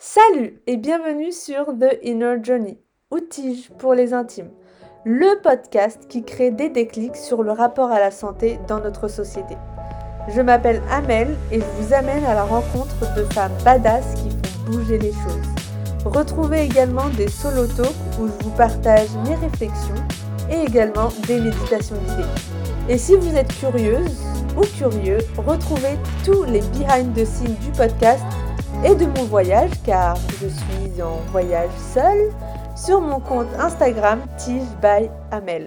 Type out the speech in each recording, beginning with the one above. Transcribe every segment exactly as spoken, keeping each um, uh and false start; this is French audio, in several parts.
Salut et bienvenue sur The Inner Journey, outils pour les intimes, le podcast qui crée des déclics sur le rapport à la santé dans notre société. Je m'appelle Amel et je vous amène à la rencontre de femmes badass qui font bouger les choses. Retrouvez également des solo talks où je vous partage mes réflexions et également des méditations guidées. Et si vous êtes curieuse ou curieux, retrouvez tous les behind the scenes du podcast et de mon voyage, car je suis en voyage seule, sur mon compte Instagram Tige by Amel.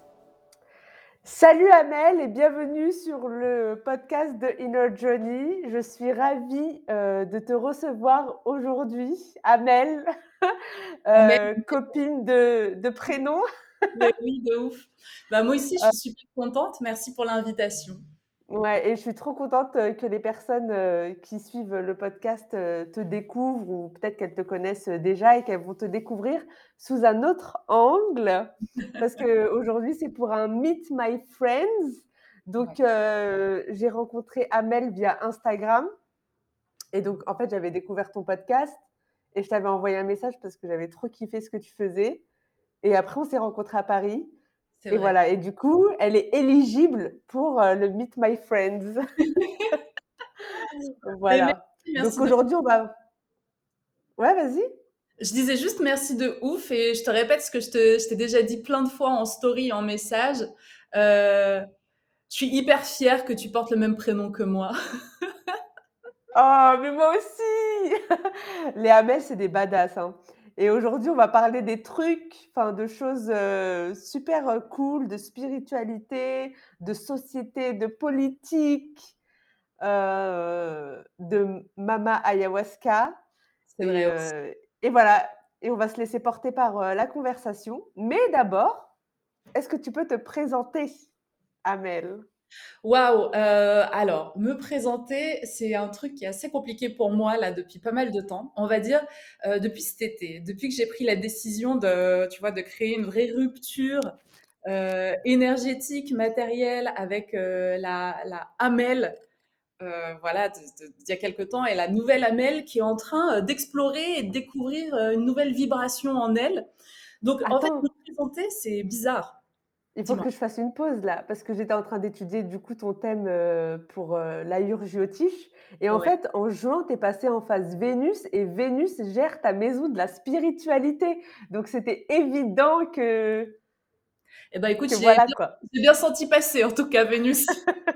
Salut Amel et bienvenue sur le podcast de Inner Journey. Je suis ravie euh, de te recevoir aujourd'hui, Amel, Amel, euh, copine de, de prénom. mais oui, de ouf. Bah, moi aussi, je suis super contente. Merci pour l'invitation. Ouais, et je suis trop contente euh, que les personnes euh, qui suivent le podcast euh, te découvrent ou peut-être qu'elles te connaissent euh, déjà et qu'elles vont te découvrir sous un autre angle. Parce qu'aujourd'hui, c'est pour un Meet My Friends. Ouais, Donc, euh, j'ai rencontré Amel via Instagram. Et donc, en fait, j'avais découvert ton podcast et je t'avais envoyé un message parce que j'avais trop kiffé ce que tu faisais. Et après, on s'est rencontrés à Paris. c'est Et vrai. voilà. Et du coup, elle est éligible pour euh, le Meet My Friends. Mais merci, Voilà. Donc merci de ouf. aujourd'hui, on va. Ouais, vas-y. Je disais juste merci de ouf et je te répète ce que je te, je t'ai déjà dit plein de fois en story, en message. Euh, je suis hyper fière que tu portes le même prénom que moi. Oh, mais moi aussi. Les Hamel, c'est des badass, hein. Et aujourd'hui, on va parler des trucs, enfin, de choses euh, super euh, cool, de spiritualité, de société, de politique, euh, de Mama Ayahuasca. C'est Et, vrai aussi. euh, et voilà. Et on va se laisser porter par euh, la conversation. Mais d'abord, est-ce que tu peux te présenter, Amel? Waouh! Heu, alors, me présenter, c'est un truc qui est assez compliqué pour moi là depuis pas mal de temps. On va dire, heu, depuis cet été. Depuis que j'ai pris la décision de, tu vois, de créer une vraie rupture, heu, énergétique, matérielle avec, heu, la la Amel, heu, voilà, de de d'il y a quelque temps et la nouvelle Amel qui est en train, heu, d'explorer et de découvrir, heu, une nouvelle vibration en elle. Donc en fait, me Attends, présenter, c'est bizarre. il faut Dis-moi. que je fasse une pause là, parce que j'étais en train d'étudier du coup ton thème euh, pour euh, l'Ayur Jyotish. Et en Ouais. fait, en juin, tu es passé en phase Vénus et Vénus gère ta maison de la spiritualité. Donc c'était évident que, Et ben écoute, que j'ai voilà bien quoi. j'ai bien senti passer en tout cas Vénus.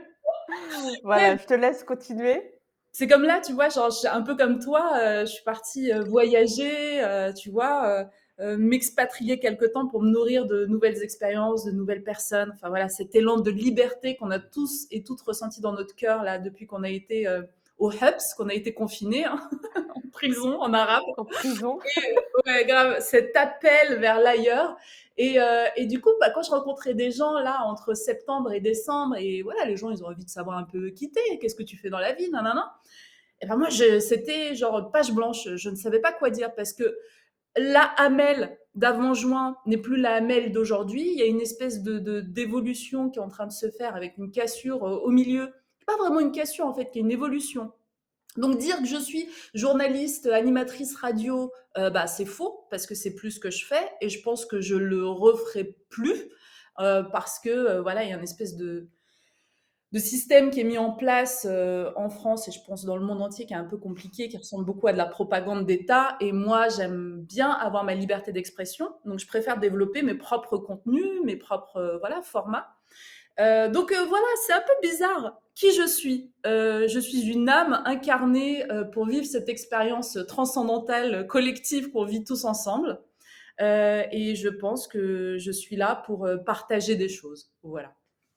Voilà, Ouais, je te laisse continuer. c'est comme là, tu vois, genre, je suis un peu comme toi, euh, je suis partie euh, voyager, euh, tu vois, euh, euh, m'expatrier quelque temps pour me nourrir de nouvelles expériences, de nouvelles personnes. Enfin voilà, cet élan de liberté qu'on a tous et toutes ressenti dans notre cœur là depuis qu'on a été euh, au Hubs, qu'on a été confinés, hein, en prison, en arabe. En prison. Ouais, grave, cet appel vers l'ailleurs. Et, euh, et du coup, bah, quand je rencontrais des gens là entre septembre et décembre, et voilà, les gens ils ont envie de savoir un peu qui t'es, qu'est-ce que tu fais dans la vie, nanana. Et ben moi, je, c'était genre page blanche, je ne savais pas quoi dire parce que la Hamel d'avant juin n'est plus la Hamel d'aujourd'hui. Il y a une espèce de, de- d'évolution qui est en train de se faire avec une cassure euh, au milieu. Pas vraiment une cassure en fait, qui est une évolution. Donc dire que je suis journaliste, animatrice radio, euh, bah, c'est faux parce que c'est plus ce que je fais et je pense que je le referai plus euh, parce que euh, voilà, il y a une espèce de, de système qui est mis en place euh, en France et je pense dans le monde entier qui est un peu compliqué, qui ressemble beaucoup à de la propagande d'État. Et moi, j'aime bien avoir ma liberté d'expression, donc je préfère développer mes propres contenus, mes propres euh, voilà formats. Euh, donc euh, voilà, c'est un peu bizarre. Qui je suis Euh, Je suis une âme incarnée euh, pour vivre cette expérience transcendantale collective qu'on vit tous ensemble. Euh, et je pense que je suis là pour euh, partager des choses. Voilà.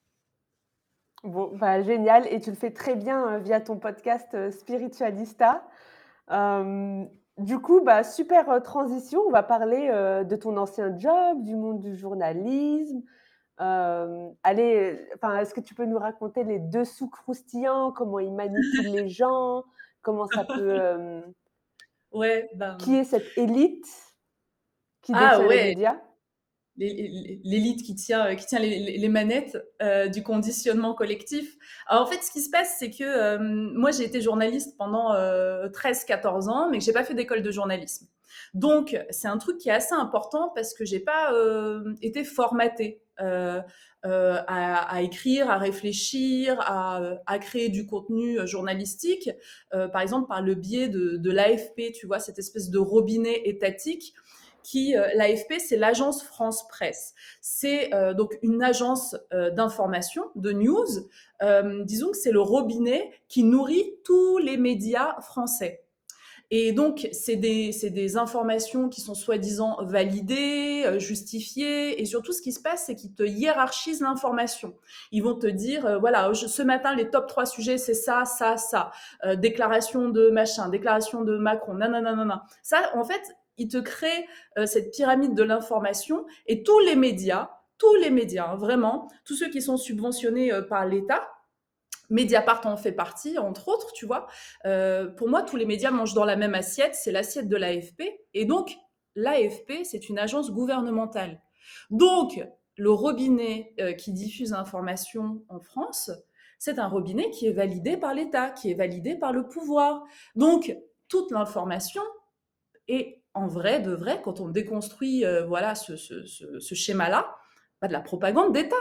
Bon, bah génial. Et tu le fais très bien euh, via ton podcast euh, Spiritualista. Euh, du coup, bah, super euh, transition. On va parler euh, de ton ancien job, du monde du journalisme. Euh, allez, enfin, est-ce que tu peux nous raconter les dessous croustillants, comment ils manipulent les gens, comment ça peut, euh, Ouais, qui ben. est cette élite qui Ah détient les ouais, médias? l'élite qui tient, qui tient les, les manettes euh, du conditionnement collectif. Alors, en fait, ce qui se passe, c'est que euh, moi, j'ai été journaliste pendant euh, treize quatorze ans, mais que j'ai pas fait d'école de journalisme. Donc, c'est un truc qui est assez important parce que j'ai pas euh, été formatée euh, euh, à, à écrire, à réfléchir, à, à créer du contenu journalistique, euh, par exemple par le biais de, de l'A F P, tu vois, cette espèce de robinet étatique qui, euh, l'A F P, c'est l'agence France Presse. C'est euh, donc une agence euh, d'information, de news. Euh, disons que c'est le robinet qui nourrit tous les médias français. Et donc, c'est des, c'est des informations qui sont soi-disant validées, euh, justifiées, et surtout ce qui se passe, c'est qu'ils te hiérarchisent l'information. Ils vont te dire, euh, voilà, je- ce matin, les top trois sujets, c'est ça, ça, ça. Euh, déclaration de machin, déclaration de Macron, nanana, nanana. Ça, en fait, ils te créent euh, cette pyramide de l'information, et tous les médias, tous les médias, hein, vraiment, tous ceux qui sont subventionnés euh, par l'État, Mediapart en fait partie, entre autres, tu vois. Euh, pour moi, tous les médias mangent dans la même assiette, c'est l'assiette de l'A F P. Et donc, l'A F P, c'est une agence gouvernementale. Donc, le robinet euh, qui diffuse l'information en France, c'est un robinet qui est validé par l'État, qui est validé par le pouvoir. Donc, toute l'information est en vrai, de vrai, quand on déconstruit euh, voilà, ce, ce, ce, ce schéma-là, pas de la propagande d'État.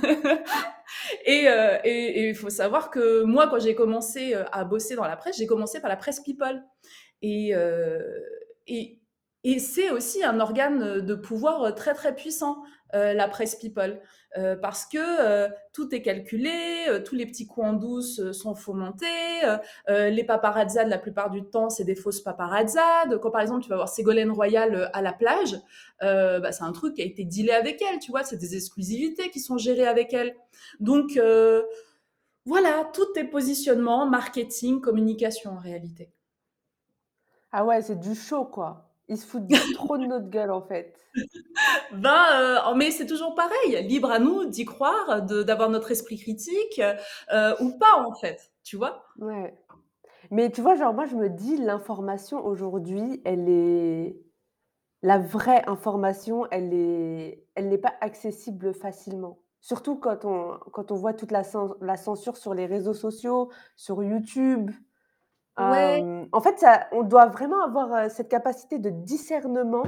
Et euh, et- et il faut savoir que moi, quand j'ai commencé euh, à bosser dans la presse, j'ai commencé par la presse People. Et, euh, et, et c'est aussi un organe de pouvoir très très puissant, euh, la presse People. Euh, parce que euh, tout est calculé, euh, tous les petits coups en douce euh, sont fomentés, euh, euh, les paparazzades, la plupart du temps, c'est des fausses paparazzades. Quand par exemple, tu vas voir Ségolène Royal euh, à la plage, euh, bah, c'est un truc qui a été dealé avec elle, tu vois, c'est des exclusivités qui sont gérées avec elle. Donc, euh, voilà, tout est positionnement, marketing, communication en réalité. Ah ouais, c'est du show, quoi. Ils se foutent trop de notre gueule, en fait. Ben, euh, mais c'est toujours pareil, libre à nous d'y croire, de, d'avoir notre esprit critique euh, ou pas en fait, tu vois. Ouais. Mais tu vois, genre, moi, je me dis, l'information aujourd'hui, elle est la vraie information, elle est elle n'est pas accessible facilement. Surtout quand on quand on voit toute la cen la censure sur les réseaux sociaux, sur YouTube. Ouais, Hem, en fait, ça on doit vraiment avoir, heu, cette capacité de discernement,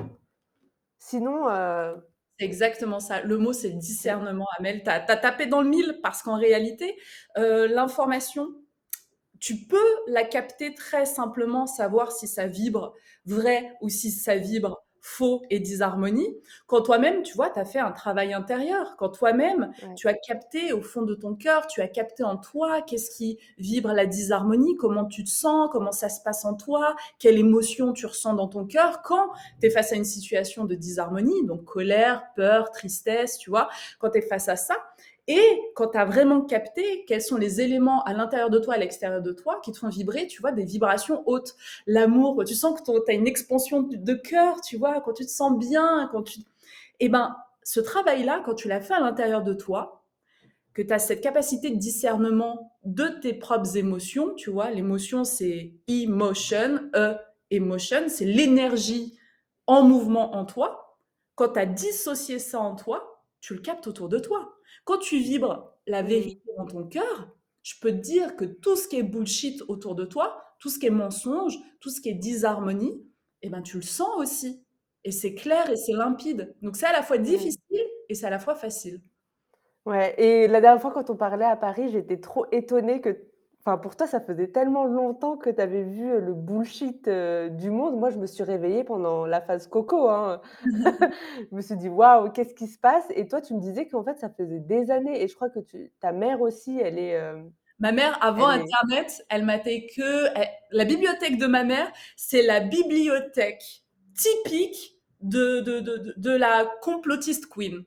sinon, heu, c'est exactement ça. Le mot, c'est c'est discernement, Amel. Tu as tapé dans le mille parce qu'en réalité, euh, l'information, tu peux la capter très simplement, savoir si ça vibre vrai ou si ça vibre faux et disharmonie, quand toi-même, tu vois, tu as fait un travail intérieur, quand toi-même, ouais. tu as capté au fond de ton cœur, tu as capté en toi qu'est-ce qui vibre la disharmonie, comment tu te sens, comment ça se passe en toi, quelle émotion tu ressens dans ton cœur quand tu es face à une situation de disharmonie, donc colère, peur, tristesse, tu vois, quand tu es face à ça, et quand tu as vraiment capté quels sont les éléments à l'intérieur de toi, à l'extérieur de toi, qui te font vibrer, tu vois, des vibrations hautes. L'amour, quand tu sens que tu as une expansion de, de cœur, tu vois, quand tu te sens bien, quand tu... Eh ben, ce travail-là, quand tu l'as fait à l'intérieur de toi, que tu as cette capacité de discernement de tes propres émotions, tu vois, l'émotion, c'est emotion, e, emotion, c'est l'énergie en mouvement en toi. Quand tu as dissocié ça en toi, tu le captes autour de toi. Quand tu vibres la vérité Mmh. dans ton cœur, je peux te dire que tout ce qui est bullshit autour de toi, tout ce qui est mensonge, tout ce qui est disharmonie, eh ben, tu le sens aussi. Et c'est clair et c'est limpide. Donc c'est à la fois Mmh. difficile et c'est à la fois facile. Ouais, et la dernière fois quand on parlait à Paris, j'étais trop étonnée que enfin, pour toi, ça faisait tellement longtemps que tu avais vu, heu, le bullshit, heu, du monde. Moi, je me suis réveillée pendant la phase coco, hein. Je me suis dit: «Waouh, qu'est-ce qui se passe?» Et toi, tu me disais qu'en fait, ça faisait des années et je crois que tu ta mère aussi, elle est, hem, Ma mère, avant elle est internet, elle matait que elle la bibliothèque de ma mère, c'est la bibliothèque typique de de de de de la complotiste queen.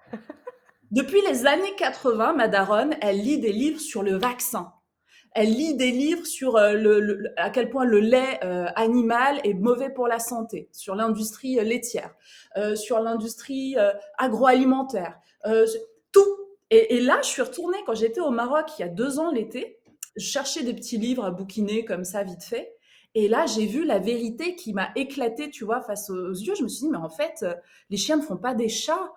Depuis les années quatre-vingts, ma daronne, elle lit des livres sur le vaccin. Elle lit des livres sur euh, le, le- à quel point le lait euh, animal est mauvais pour la santé, sur l'industrie euh, laitière, euh, sur l'industrie euh, agroalimentaire, euh, tout. Et, et là, je suis retournée quand j'étais au Maroc il y a deux ans l'été. Je cherchais des petits livres à bouquiner comme ça vite fait. Et là, j'ai vu la vérité qui m'a éclatée, tu vois, face aux yeux. Je me suis dit, mais en fait, euh, les chiens ne font pas des chats.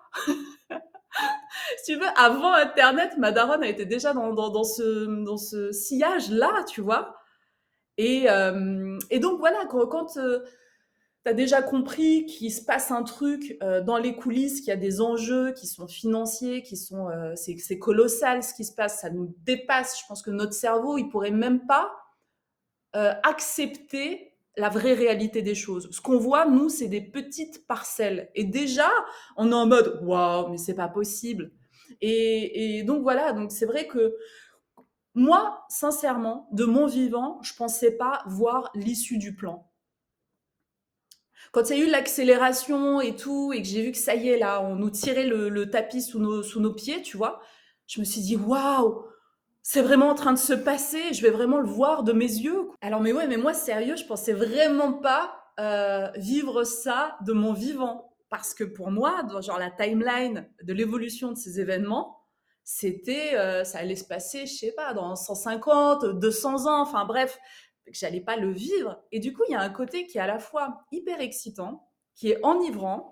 Si tu veux, avant Internet, ma daronne a été déjà dans, dans, dans ce, dans ce sillage-là, tu vois. Et, euh, et donc, voilà, quand, quand euh, tu as déjà compris qu'il se passe un truc euh, dans les coulisses, qu'il y a des enjeux qui sont financiers, qui sont, euh, c'est, c'est colossal ce qui se passe, ça nous dépasse. Je pense que notre cerveau, il pourrait même pas euh, accepter la vraie réalité des choses. Ce qu'on voit, nous, c'est des petites parcelles. Et déjà, on est en mode, waouh, mais c'est pas possible. Et, et donc voilà, donc c'est vrai que moi, sincèrement, de mon vivant, je pensais pas voir l'issue du plan. Quand il y a eu l'accélération et tout, et que j'ai vu que ça y est, là, on nous tirait le, le tapis sous nos, sous nos pieds, tu vois, je me suis dit, waouh, c'est vraiment en train de se passer, je vais vraiment le voir de mes yeux. Alors, mais ouais, mais moi, sérieux, je pensais vraiment pas euh, vivre ça de mon vivant. Parce que pour moi, dans genre la timeline de l'évolution de ces événements, c'était, euh, ça allait se passer, je sais pas, dans cent cinquante, deux cents ans, enfin bref, que j'allais pas le vivre. Et du coup, il y a un côté qui est à la fois hyper excitant, qui est enivrant.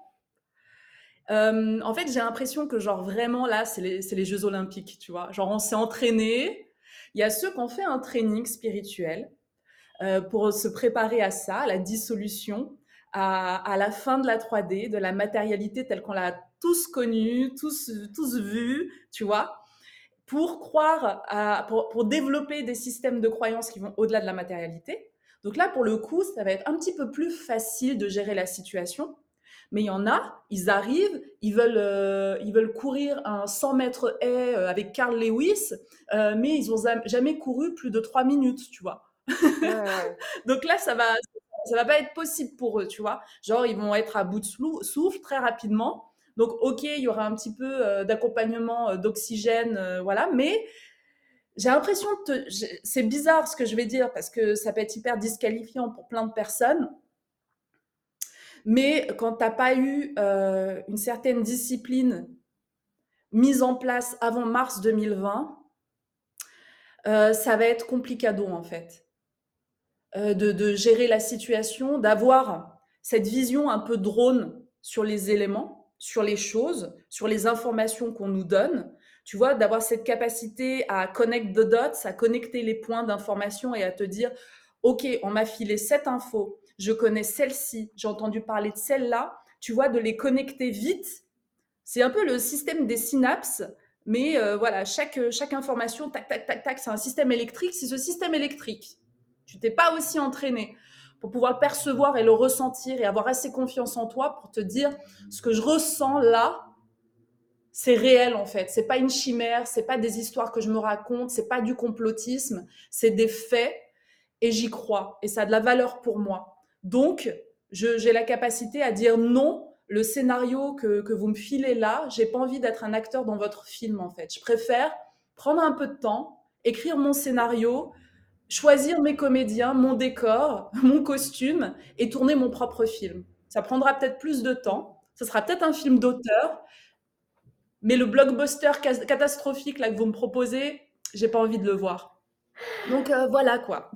Euh, en fait, j'ai l'impression que genre vraiment là, c'est les, c'est les Jeux Olympiques, tu vois. Genre on s'est entraîné. Il y a ceux qui ont fait un training spirituel euh, pour se préparer à ça, à la dissolution, à, à la fin de la trois D, de la matérialité telle qu'on l'a tous connue, tous, tous vue, tu vois, pour croire, à, pour, pour développer des systèmes de croyances qui vont au-delà de la matérialité. Donc là, pour le coup, ça va être un petit peu plus facile de gérer la situation. Mais il y en a, ils arrivent, ils veulent, euh, ils veulent courir un cent mètres haies euh, avec Carl Lewis, euh, mais ils n'ont jamais couru plus de trois minutes, tu vois. Ouais, ouais. Donc là, ça va, ça va pas être possible pour eux, tu vois. Genre, ils vont être à bout de souffle très rapidement. Donc, ok, il y aura un petit peu euh, d'accompagnement euh, d'oxygène, euh, voilà. Mais j'ai l'impression que c'est bizarre ce que je vais dire parce que ça peut être hyper disqualifiant pour plein de personnes. Mais quand t'as pas eu euh, une certaine discipline mise en place avant mars deux mille vingt, euh, ça va être complicado en fait. Euh, de, de gérer la situation, d'avoir cette vision un peu drone sur les éléments, sur les choses, sur les informations qu'on nous donne. Tu vois, d'avoir cette capacité à connect the dots, à connecter les points d'information et à te dire, OK, on m'a filé cette info, je connais celle-ci, j'ai entendu parler de celle-là. Tu vois, de les connecter vite. C'est un peu le système des synapses, mais euh, voilà, chaque, chaque information, tac, tac, tac, tac, c'est un système électrique. C'est ce système électrique. Tu t'es pas aussi entraîné pour pouvoir le percevoir et le ressentir et avoir assez confiance en toi pour te dire ce que je ressens là, c'est réel en fait. C'est pas une chimère, c'est pas des histoires que je me raconte, c'est pas du complotisme, c'est des faits et j'y crois et ça a de la valeur pour moi. Donc, je, j'ai la capacité à dire non, le scénario que, que vous me filez là, j'ai pas envie d'être un acteur dans votre film en fait. Je préfère prendre un peu de temps, écrire mon scénario, choisir mes comédiens, mon décor, mon costume et tourner mon propre film. Ça prendra peut-être plus de temps, ce sera peut-être un film d'auteur, mais le blockbuster catastrophique là que vous me proposez, j'ai pas envie de le voir. Donc euh, voilà quoi.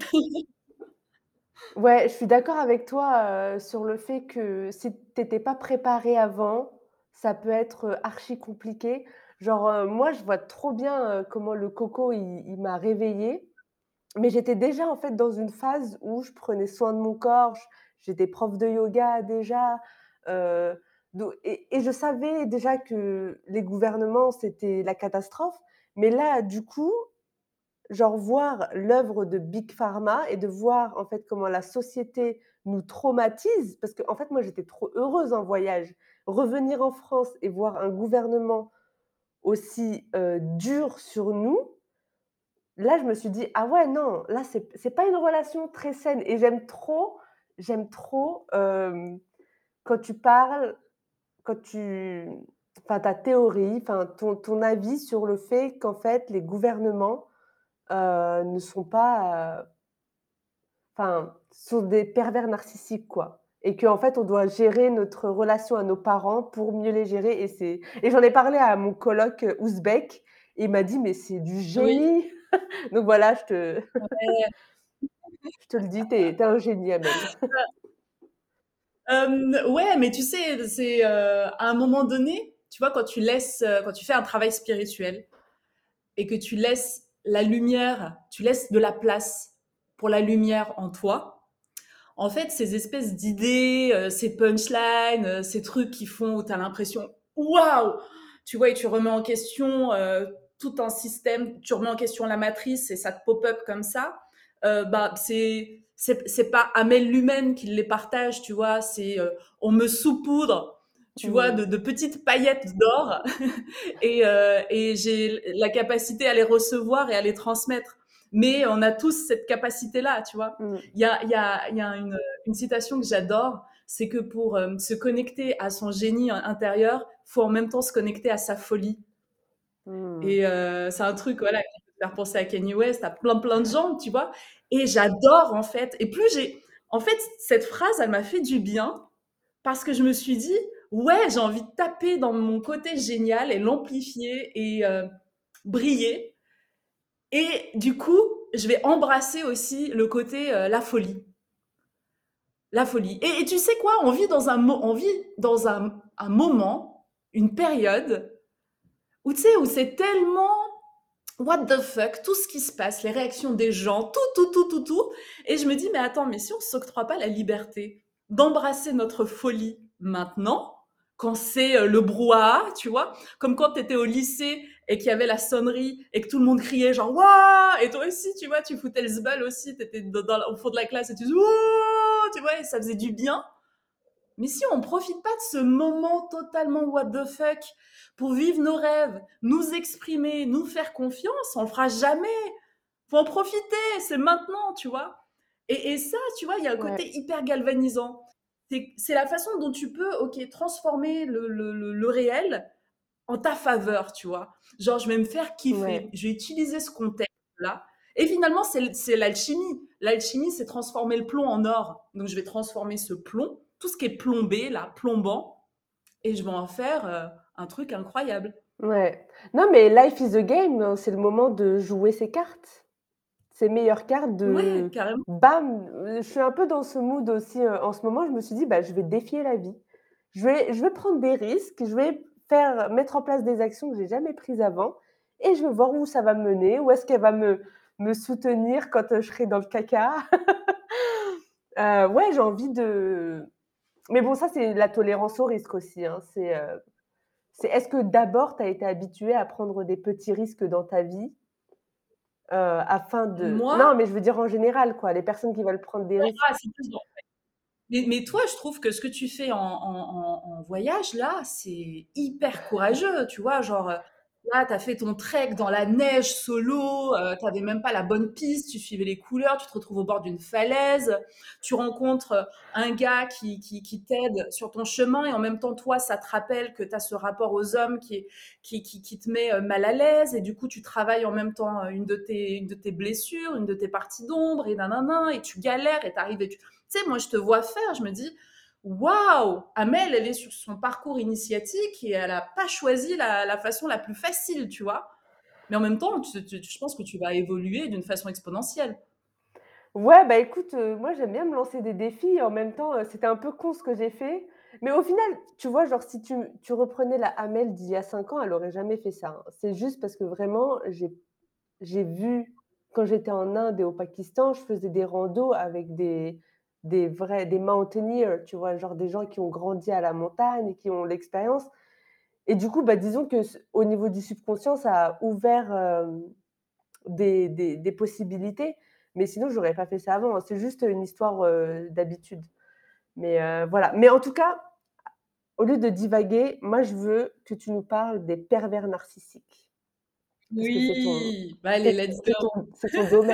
Ouais, je suis d'accord avec toi, heu, sur le fait que si tu étais pas préparé avant, ça peut être, heu, archi compliqué. Genre, heu, moi, je vois trop bien, heu, comment le coco, il il m'a réveillée, mais j'étais déjà, en fait, dans une phase où je prenais soin de mon corps, j j'étais prof de yoga déjà, heu, do et et je savais déjà que les gouvernements, c'était la catastrophe, mais là, du coup, genre voir l'œuvre de Big Pharma et de voir, en fait, comment la société nous traumatise parce qu'en fait, moi, j'étais trop heureuse en voyage. Revenir en France et voir un gouvernement aussi, heu, dur sur nous, là, je me suis dit: «Ah ouais, non, là, c'est c'est pas une relation très saine» et j'aime trop j'aime trop, hem, quand tu parles, quand tu enfin, ta théorie, enfin, ton ton avis sur le fait qu'en fait, les gouvernements, heu, ne sont pas, heu enfin, sont des pervers narcissiques, quoi et qu'en fait, on doit gérer notre relation à nos parents pour mieux les gérer et c'est et j'en ai parlé à mon coloc, heu, ouzbek et il m'a dit: «Mais c'est du Oui. génie!» donc voilà, je te Ouais. Je te le dis, tu es tu es un génie, Amel. Hem, ouais, mais tu sais, c'est, heu, à un moment donné, tu vois, quand tu laisses, heu, quand tu fais un travail spirituel et que tu laisses la lumière, tu laisses de la place pour la lumière en toi, en fait, ces espèces d'idées, heu, ces punchlines, heu, ces trucs qui font où tu as l'impression: «Waouh!» Tu vois? Et tu remets en question, heu, tout un système, tu remets en question la matrice et ça te pop up comme ça, heu, bah, c'est c'est c'est pas Amel Lumen qui les partage, tu vois? C'est, heu, on me saupoudre, tu vois, Mmh. de de petites paillettes d'or et heu et j'ai la capacité à les recevoir et à les transmettre. Mais on a tous cette capacité-là, tu vois? Mmh. Il y a, il y a, il y a une, une citation que j'adore, c'est que pour euh, se connecter à son génie intérieur, faut en même temps se connecter à sa folie. Mmh. Et euh, c'est un truc, voilà, qui peut te faire penser à Kanye West, à plein plein de gens, tu vois. Et j'adore en fait. Et plus j'ai, en fait, cette phrase, elle m'a fait du bien parce que je me suis dit, ouais, j'ai envie de taper dans mon côté génial et l'amplifier et euh, briller. Et du coup, je vais embrasser aussi le côté euh, la folie. La folie. Et, et tu sais quoi? On vit dans un, mo- on vit dans un, un moment, une période où tu sais, où c'est tellement what the fuck, tout ce qui se passe, les réactions des gens, tout, tout, tout, tout, tout. Et je me dis, mais attends, mais si on ne s'octroie pas la liberté d'embrasser notre folie maintenant, quand c'est euh, le brouhaha, tu vois, comme quand tu étais au lycée et qu'il y avait la sonnerie et que tout le monde criait genre waouh, et toi aussi, tu vois, tu foutais le zbal aussi, tu étais dans, dans, au fond de la classe et tu disais waouh, tu vois, et ça faisait du bien. Mais si on ne profite pas de ce moment totalement what the fuck pour vivre nos rêves, nous exprimer, nous faire confiance, on le fera jamais. Faut en profiter, c'est maintenant, tu vois. Et, et ça, tu vois, il y a un Ouais, côté hyper galvanisant. C'est c'est la façon dont tu peux, ok, transformer le, le, le, le réel en ta faveur, tu vois. Genre, je vais me faire kiffer, ouais. je vais utiliser ce contexte-là. Et finalement, c'est c'est l'alchimie. L'alchimie, c'est transformer le plomb en or. Donc, je vais transformer ce plomb, tout ce qui est plombé, là, plombant, et je vais en faire euh, un truc incroyable. Ouais. Non, mais life is a game, hein, c'est le moment de jouer ses cartes. Ses meilleures cartes Ouais, de carrément. bam! Heu, je suis un peu dans ce mood aussi, heu, en ce moment. Je me suis dit: «Bah, je vais défier la vie. Je vais je vais prendre des risques, je vais faire mettre en place des actions que j'ai jamais prises avant et je vais voir où ça va me mener, où est-ce qu'elle va me me soutenir quand, heu, je serai dans le caca». Heu, ouais, j'ai envie de mais bon, ça, c'est la tolérance au risque aussi, hein. C'est, heu, c'est est-ce que d'abord tu as été habitué à prendre des petits risques dans ta vie, heu, afin de Moi, non, mais je veux dire en général, quoi, les personnes qui veulent prendre des ouais, risques. ah, c'est plus dans Mais, mais toi, je trouve que ce que tu fais en, en- en- en voyage, là, c'est hyper courageux, tu vois, genre, euh, là, tu as fait ton trek dans la neige solo, euh, tu n'avais même pas la bonne piste, tu suivais les couleurs, tu te retrouves au bord d'une falaise, tu rencontres euh, un gars qui, qui, qui t'aide sur ton chemin et en même temps, toi, ça te rappelle que tu as ce rapport aux hommes qui, est- qui, qui, qui te met euh, mal à l'aise et du coup, tu travailles en même temps euh, une de tes, une de tes blessures, une de tes parties d'ombre et nanana, et tu galères et tu arrives et tu tu sais, moi, je te vois faire, je me dis, waouh, Amel, elle est sur son parcours initiatique et elle n'a pas choisi la, la façon la plus facile, tu vois. Mais en même temps, tu- tu- je pense que tu vas évoluer d'une façon exponentielle. Ouais, bah, écoute, heu, moi, j'aime bien me lancer des défis. En même temps, heu, c'était un peu con ce que j'ai fait. Mais au final, tu vois, genre, si tu tu reprenais la Amel d'il y a cinq ans, elle aurait jamais fait ça, hein. C'est juste parce que vraiment, j'ai j'ai vu quand j'étais en Inde et au Pakistan, je faisais des randos avec des des vrais des mountaineers, tu vois? Genre des gens qui ont grandi à la montagne et qui ont l'expérience et du coup, bah, disons que ce au niveau du subconscient, ça a ouvert, hem, des des des possibilités, mais sinon j'aurais pas fait ça avant, hein. C'est juste une histoire, heu, d'habitude. Mais heu, voilà. Mais en tout cas, au lieu de divaguer, moi je veux que tu nous parles des pervers narcissiques parce que c'est ton Oui, bah allez, c'est let's c'est go. ton c'est ton domaine.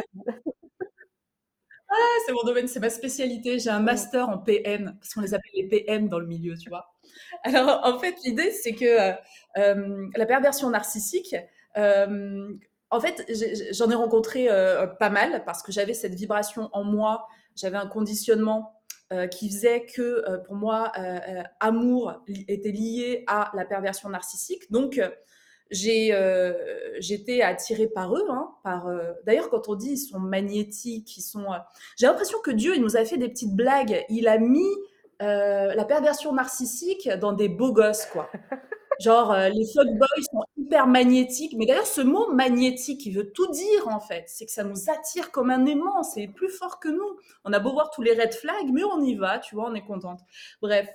Ah, c'est mon domaine, c'est ma spécialité. J'ai un Mmh. master en P N, parce qu'on les appelle les P N dans le milieu, tu vois. Alors, en fait, l'idée, c'est que euh, euh, la perversion narcissique, euh, en fait, j'ai- j'en ai rencontré euh, pas mal parce que j'avais cette vibration en moi, j'avais un conditionnement euh, qui faisait que euh, pour moi, euh, euh, amour li- était lié à la perversion narcissique. Donc, euh, j'ai, heu, j'étais attirée par eux, hein, par, heu d'ailleurs, quand on dit: «Ils sont magnétiques», ils sont, heu j'ai l'impression que Dieu, il nous a fait des petites blagues. Il a mis, heu, la perversion narcissique dans des beaux gosses, quoi. Genre, heu, les fuckboys sont hyper magnétiques, mais d'ailleurs, ce mot magnétique, il veut tout dire, en fait. C'est que ça nous attire comme un aimant, c'est plus fort que nous. On a beau voir tous les red flags, mais on y va, tu vois, on est contente. Bref.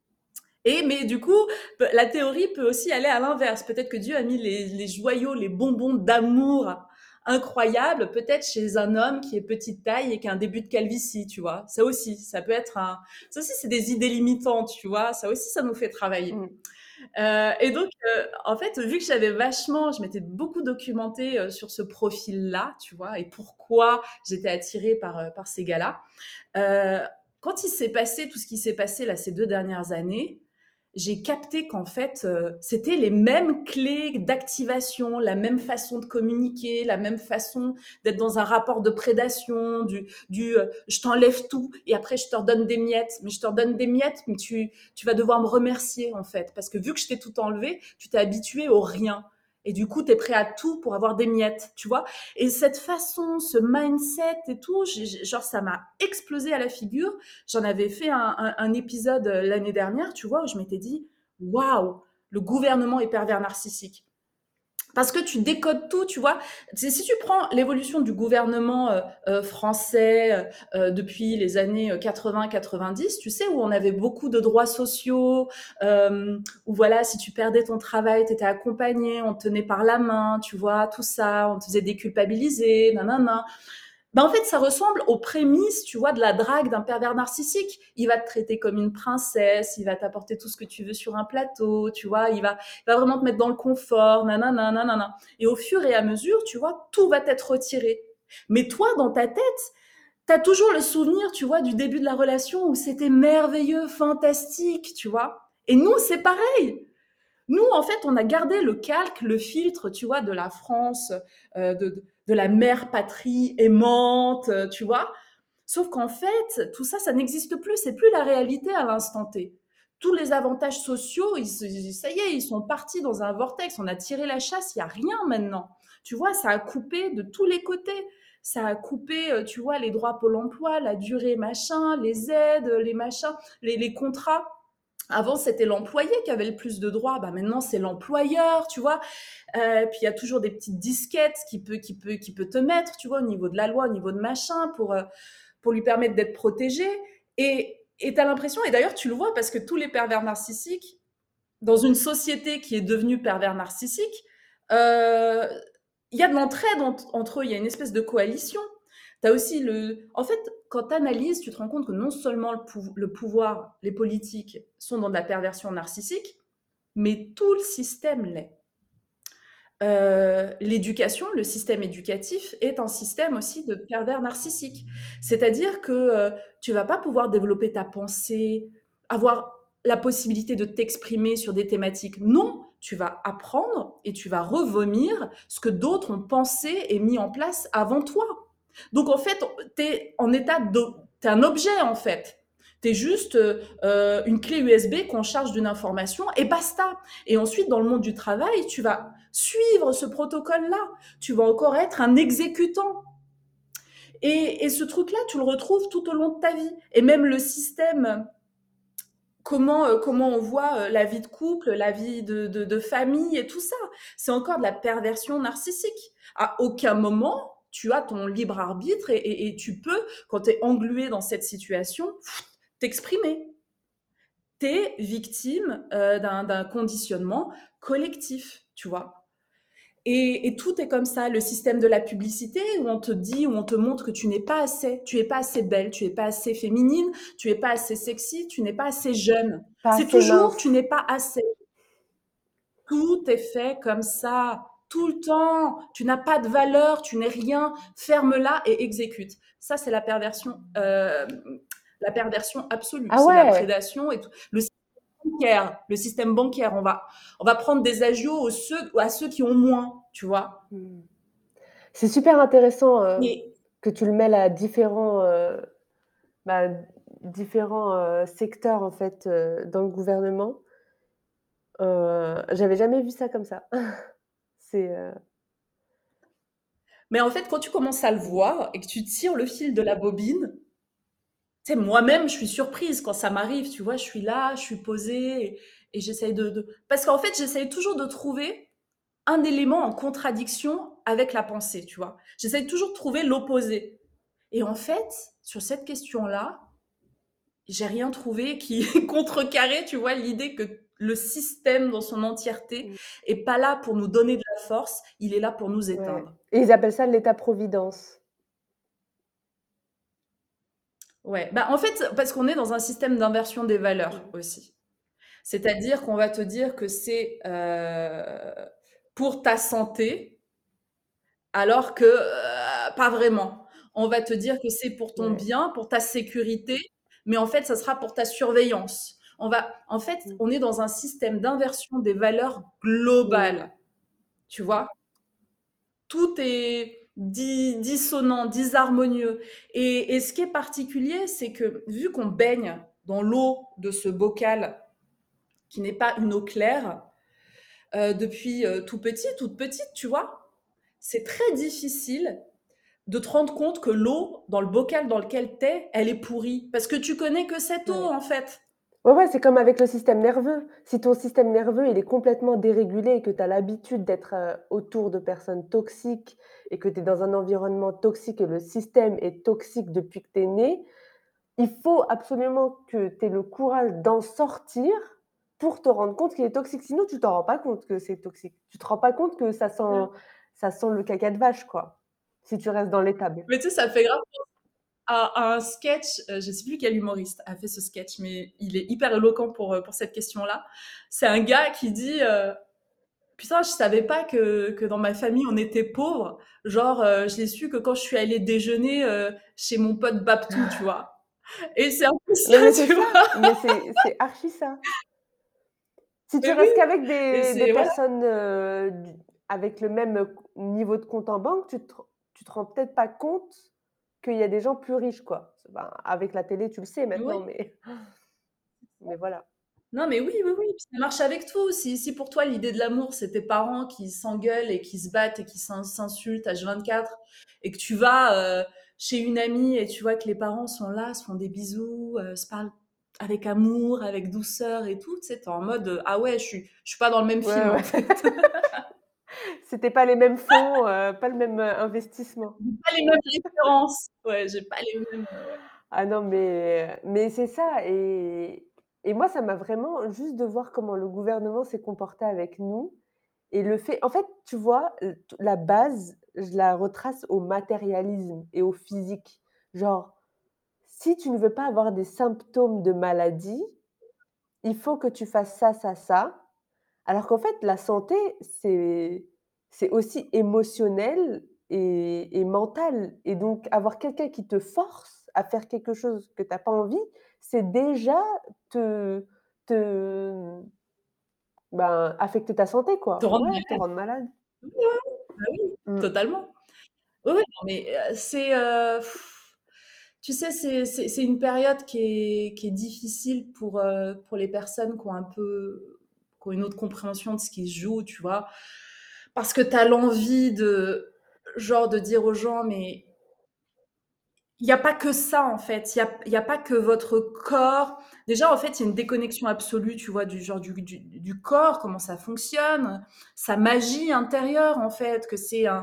Et mais du coup, la théorie peut aussi aller à l'inverse. Peut-être que Dieu a mis les, les joyaux, les bonbons d'amour incroyables, peut-être chez un homme qui est petite taille et qui a un début de calvitie, tu vois. Ça aussi, ça peut être un... Ça aussi, c'est des idées limitantes, tu vois. Ça aussi, ça nous fait travailler. Mm. Euh, et donc, euh, en fait, vu que j'avais vachement, je m'étais beaucoup documentée euh, sur ce profil-là, tu vois, et pourquoi j'étais attirée par, euh, par ces gars-là, euh, quand il s'est passé tout ce qui s'est passé là ces deux dernières années, j'ai capté qu'en fait, euh, c'était les mêmes clés d'activation, la même façon de communiquer, la même façon d'être dans un rapport de prédation, du, du euh, je t'enlève tout et après je te redonne des miettes. Mais je te redonne des miettes, mais tu, tu vas devoir me remercier en fait. Parce que vu que je t'ai tout enlevé, tu t'es habitué au rien. Et du coup, tu es prêt à tout pour avoir des miettes, tu vois. Et cette façon, ce mindset et tout, j'ai- j'ai- genre, ça m'a explosé à la figure. J'en avais fait un, un- un épisode euh, l'année dernière, tu vois, où je m'étais dit, waouh, le gouvernement est pervers narcissique. Parce que tu décodes tout, tu vois. C'est- Si tu prends l'évolution du gouvernement euh, euh, français euh, euh, depuis les années quatre-vingts quatre-vingt-dix, tu sais, où on avait beaucoup de droits sociaux, euh, où voilà, si tu perdais ton travail, tu étais accompagné, on te tenait par la main, tu vois, tout ça, on te faisait déculpabiliser, nanana. Ben en fait, ça ressemble aux prémices, tu vois, de la drague d'un pervers narcissique. Il va te traiter comme une princesse, il va t'apporter tout ce que tu veux sur un plateau, tu vois, il va, il va vraiment te mettre dans le confort, nanana, nanana. Et au fur et à mesure, tu vois, tout va t'être retiré. Mais toi, dans ta tête, t'as toujours le souvenir, tu vois, du début de la relation où c'était merveilleux, fantastique, tu vois. Et nous, c'est pareil. Nous, en fait, on a gardé le calque, le filtre, tu vois, de la France, euh, de, de la mère patrie aimante, euh, tu vois. Sauf qu'en fait, tout ça, ça n'existe plus. C'est plus la réalité à l'instant T. Tous les avantages sociaux, ils, ça y est, ils sont partis dans un vortex. On a tiré la chasse, il n'y a rien maintenant. Tu vois, ça a coupé de tous les côtés. Ça a coupé, euh, tu vois, les droits Pôle emploi, la durée, machin, les aides, les machins, les, les contrats. Avant, c'était l'employé qui avait le plus de droits. Bah, maintenant, c'est l'employeur, tu vois. Euh, puis il y a toujours des petites disquettes qui peut, qui peut, qui peut te mettre, tu vois, au niveau de la loi, au niveau de machin, pour, euh, pour lui permettre d'être protégé. Et tu as l'impression, et d'ailleurs, tu le vois, parce que tous les pervers narcissiques, dans une société qui est devenue pervers narcissique, euh, il y a de l'entraide entre, entre eux, il y a une espèce de coalition. T'as aussi le. En fait, quand tu analyses, tu te rends compte que non seulement le, pou- le pouvoir, les politiques sont dans de la perversion narcissique, mais tout le système l'est. Euh, l'éducation, le système éducatif est un système aussi de pervers narcissique. C'est-à-dire que euh, tu vas pas pouvoir développer ta pensée, avoir la possibilité de t'exprimer sur des thématiques. Non, tu vas apprendre et tu vas revomir ce que d'autres ont pensé et mis en place avant toi. Donc en fait, tu es en état de... T'es un objet en fait. Tu es juste euh, une clé U S B qu'on charge d'une information et basta. Et ensuite, dans le monde du travail, tu vas suivre ce protocole-là. Tu vas encore être un exécutant. Et, et ce truc-là, tu le retrouves tout au long de ta vie. Et même le système, comment, euh, comment on voit euh, la vie de couple, la vie de, de, de famille et tout ça, c'est encore de la perversion narcissique. À aucun moment, tu as ton libre arbitre et, et, et tu peux, quand tu es englué dans cette situation, t'exprimer. Tu es victime euh, d'un, d'un conditionnement collectif, tu vois. Et, et, tout est comme ça, le système de la publicité où on te dit, où on te montre que tu n'es pas assez, tu n'es pas assez belle, tu n'es pas assez féminine, tu n'es pas assez sexy, tu n'es pas assez jeune. Pas C'est assez toujours, tu mince. n'es pas assez. Tout est fait comme ça, tout le temps. Tu n'as pas de valeur, tu n'es rien. Ferme-la et exécute. Ça, c'est la perversion, euh, la perversion absolue. Ah C'est la ouais, prédation et tout. Le bancaire, le système bancaire, on va, on va prendre des agios aux ceux, à ceux qui ont moins, tu vois. mmh. C'est super intéressant, heu, Et que tu le mêles à différents, heu, bah, différents, heu, secteurs en fait, heu, dans le gouvernement. Heu, j'avais jamais vu ça comme ça. C'est, heu Mais en fait, quand tu commences à le voir et que tu tires le fil de la bobine, tu sais, moi-même, je suis surprise quand ça m'arrive, tu vois? Je suis là, je suis posée et et j'essaye de de parce qu'en fait, j'essaye toujours de trouver un élément en contradiction avec la pensée, tu vois? J'essaye toujours de trouver l'opposé et en fait, sur cette question-là, j'ai rien trouvé qui contrecarrait, tu vois, l'idée que le système dans son entièreté mmh, est pas là pour nous donner de la force, il est là pour nous ouais éteindre. et ils appellent ça l'État-providence. Ouais, bah, en fait, parce qu'on est dans un système d'inversion des valeurs Mmh, aussi. C'est-à-dire qu'on va te dire que c'est, heu, pour ta santé, alors que, heu, pas vraiment. On va te dire que c'est pour ton ouais, bien, pour ta sécurité, mais en fait, ça sera pour ta surveillance. On va en fait, mmh, on est dans un système d'inversion des valeurs mmh, globales, tu vois? Tout est di dissonant, disharmonieux et et ce qui est particulier, c'est que vu qu'on baigne dans l'eau de ce bocal qui n'est pas une eau claire, heu, depuis, heu, tout petit, toute petite, tu vois? C'est très difficile de te rendre compte que l'eau dans le bocal dans lequel tu es, elle est pourrie parce que tu connais que cette eau, ouais. en fait. Ouais, ouais, c'est comme avec le système nerveux. Si ton système nerveux, il est complètement dérégulé et que tu as l'habitude d'être, heu, autour de personnes toxiques et que tu es dans un environnement toxique et le système est toxique depuis que tu es né, il faut absolument que tu aies le courage d'en sortir pour te rendre compte qu'il est toxique. Sinon, tu t'en rends pas compte que c'est toxique. Tu te rends pas compte que ça sent Ouais. ça sent le caca de vache, quoi, si tu restes dans l'étable. Mais tu sais, ça fait grave à, à un sketch, euh, je sais plus quel humoriste a fait ce sketch, mais il est hyper éloquent pour, euh, pour cette question-là. C'est un gars qui dit euh, putain, je savais pas que, que dans ma famille on était pauvres. Genre, euh, je l'ai su que quand je suis allée déjeuner euh, chez mon pote Babtou, tu vois. Et c'est un peu ça, Non, mais c'est tu ça, vois. mais c'est c'est archi ça. Si tu Mais oui, restes qu'avec et des des c'est voilà. personnes, heu, du avec le même, heu, niveau de compte en banque, tu te tu te rends peut-être pas compte qu'il y a des gens plus riches, quoi. Ben, avec la télé, tu le sais maintenant, Oui. mais mais voilà. Non, mais oui, oui, oui. Puis ça marche avec tout. Si, si pour toi l'idée de l'amour, c'est tes parents qui s'engueulent et qui se battent et qui s'in- s'insultent H vingt-quatre, et que tu vas euh, chez une amie et tu vois que les parents sont là, se font des bisous, euh, se parlent avec amour, avec douceur et tout, tu sais, t'es en mode euh, ah ouais, je suis, je suis pas dans le même Ouais, film ouais. en fait. C'était pas les mêmes fonds, heu, pas le même, heu, investissement. J'ai pas les mêmes références. Ouais, j'ai pas les mêmes. euh, ouais. Ah non, mais mais c'est ça et et moi, ça m'a vraiment juste de voir comment le gouvernement s'est comporté avec nous et le fait en fait, tu vois, l t la base, je la retrace au matérialisme et au physique. Genre, si tu ne veux pas avoir des symptômes de maladie, il faut que tu fasses ça, ça, ça. Alors qu'en fait, la santé, c'est c'est aussi émotionnel et et mental et donc avoir quelqu'un qui te force à faire quelque chose que tu as pas envie, c'est déjà te te ben, affecter ta santé, Te quoi. rendre Ouais, te malade. rendre malade. Oui, oui, bah oui, Mmh. totalement. Oui, oui, non, mais heu, c'est, heu, tu sais, c'est c'est c'est une période qui est qui est difficile pour, heu, pour les personnes qui ont un peu qui ont une autre compréhension de ce qui se joue, tu vois? Parce que tu as l'envie de genre, de dire aux gens: «Mais il y a pas que ça, en fait. Il y a il y a pas que votre corps». Déjà, en fait, il y a une déconnexion absolue, tu vois, du genre du du du corps, comment ça fonctionne, sa magie intérieure, en fait, que c'est un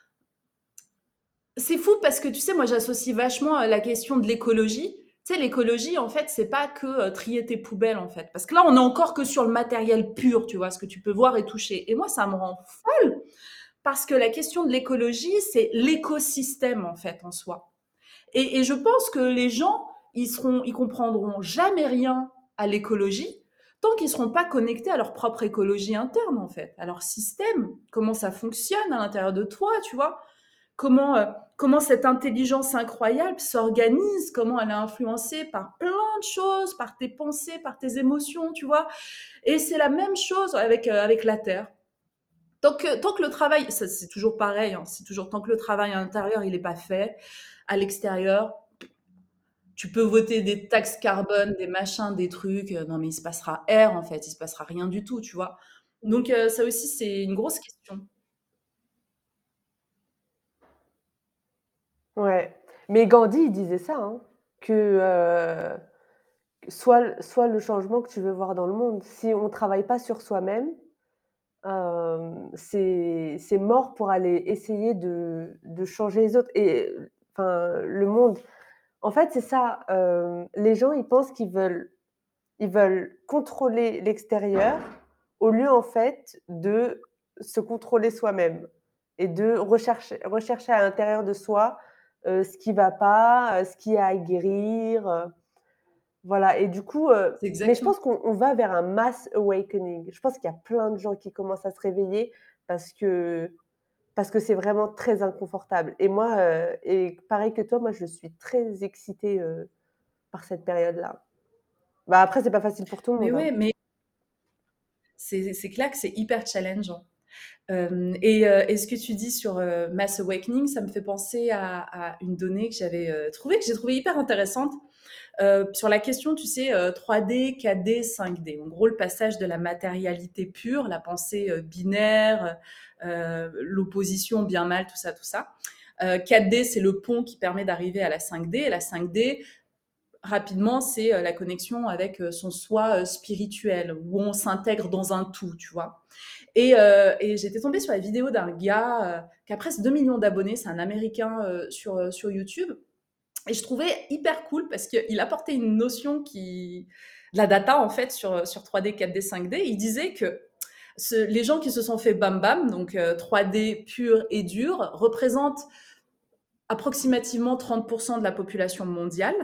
c'est fou parce que tu sais, moi j'associe vachement euh, la question de l'écologie. Tu sais, l'écologie, en fait, c'est pas que euh, trier tes poubelles, en fait. Parce que là, on est encore que sur le matériel pur, tu vois, ce que tu peux voir et toucher. Et moi, ça me rend folle parce que la question de l'écologie, c'est l'écosystème, en fait, en soi. Et, et je pense que les gens, ils seront, ils comprendront jamais rien à l'écologie tant qu'ils seront pas connectés à leur propre écologie interne, en fait, à leur système, comment ça fonctionne à l'intérieur de toi, tu vois. Comment, euh, comment cette intelligence incroyable s'organise, comment elle est influencée par plein de choses, par tes pensées, par tes émotions, tu vois. Et c'est la même chose avec, euh, avec la Terre. Tant que, tant que le travail, ça, c'est toujours pareil, hein, c'est toujours tant que le travail à l'intérieur, il n'est pas fait, à l'extérieur, tu peux voter des taxes carbone, des machins, des trucs, euh, non mais il se passera R en fait, il se passera rien du tout, tu vois. Mmh. Donc euh, ça aussi, c'est une grosse question. Ouais. Mais Gandhi, il disait ça, hein, que, heu, sois l sois le changement que tu veux voir dans le monde. Si on travaille pas sur soi-même, hem, c'est c'est mort pour aller essayer de de changer les autres et enfin, le monde. En fait, c'est ça, hem, les gens, ils pensent qu'ils veulent ils veulent contrôler l'extérieur au lieu, en fait, de se contrôler soi-même et de rechercher rechercher à l'intérieur de soi, heu, ce qui va pas, heu, ce qui a à guérir, heu, voilà et du coup, heu C'est mais je exactement pense qu'on on va vers un mass awakening. Je pense qu'il y a plein de gens qui commencent à se réveiller parce que parce que c'est vraiment très inconfortable et moi, heu et pareil que toi, moi, je suis très excitée, heu, par cette période-là. Bah, après, c'est pas facile pour tout le mais monde, hein. ouais, mais c'est c'est clair que c'est hyper challengeant. Hem et heu et ce que tu dis sur, heu, Mass Awakening, ça me fait penser à à une donnée que j'avais, heu, trouvée, que j'ai trouvée hyper intéressante, heu, sur la question, tu sais, heu, trois D, quatre D, cinq D. En gros, le passage de la matérialité pure, la pensée, heu, binaire, heu, l'opposition bien-mal, tout ça, tout ça. Heu, quatre D, c'est le pont qui permet d'arriver à la cinq D et la cinq D, rapidement, c'est, heu, la connexion avec, heu, son soi, heu, spirituel, où on s'intègre dans un tout, tu vois? Et, euh, et j'étais tombée sur la vidéo d'un gars euh, qui a presque deux millions d'abonnés, c'est un Américain euh, sur, euh, sur YouTube. Et je trouvais hyper cool parce qu'il apportait une notion qui, de la data en fait sur, sur trois D, quatre D, cinq D. Il disait que ce- les gens qui se sont fait bam bam, donc euh, trois D pur et dur, représentent approximativement trente pour cent de la population mondiale,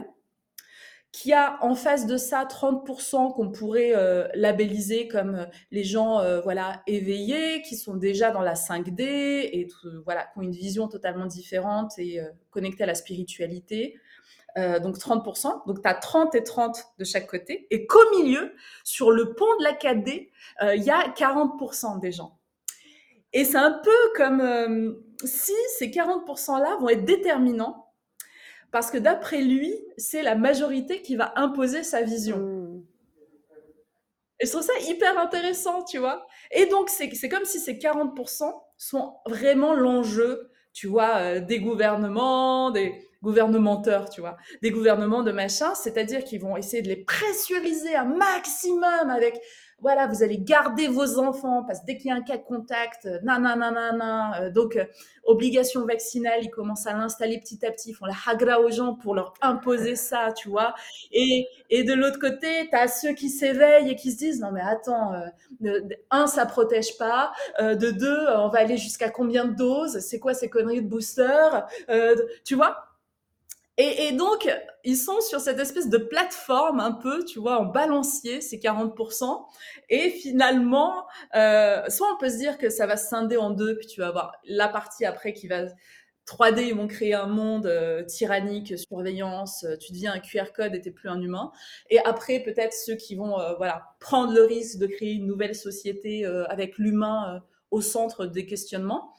qui a en face de ça trente pour cent qu'on pourrait euh, labelliser comme euh, les gens euh, voilà, éveillés, qui sont déjà dans la cinq D et tout, voilà, qui ont une vision totalement différente et euh, connectée à la spiritualité. Euh, donc trente pour cent. Donc tu as trente et trente de chaque côté. Et qu'au milieu, sur le pont de la quatre D, euh, il y a quarante pour cent des gens. Et c'est un peu comme euh, si ces quarante pour cent-là vont être déterminants parce que d'après lui, c'est la majorité qui va imposer sa vision. Mmh. Et je trouve ça hyper intéressant, tu vois. Et donc, c'est, c'est comme si ces quarante pour cent sont vraiment l'enjeu, tu vois, euh, des gouvernements, des gouvernementeurs, tu vois, des gouvernements de machin, c'est-à-dire qu'ils vont essayer de les pressuriser un maximum avec, voilà, vous allez garder vos enfants, parce que dès qu'il y a un cas de contact, euh, nanana, euh, donc, euh, obligation vaccinale, ils commencent à l'installer petit à petit, ils font la hagra aux gens pour leur imposer ça, tu vois. Et, et de l'autre côté, tu as ceux qui s'éveillent et qui se disent non mais attends, euh, de, un ça protège pas, euh, de deux euh, on va aller jusqu'à combien de doses, c'est quoi ces conneries de booster, euh, tu vois. Et, et donc ils sont sur cette espèce de plateforme un peu, tu vois, en balancier ces quarante pour cent. Et finalement, euh, soit on peut se dire que ça va se scinder en deux, puis tu vas avoir la partie après qui va trois D, ils vont créer un monde euh, tyrannique, surveillance, euh, tu deviens un Q R code et t'es plus un humain. Et après, peut-être ceux qui vont euh, voilà, prendre le risque de créer une nouvelle société euh, avec l'humain euh, au centre des questionnements.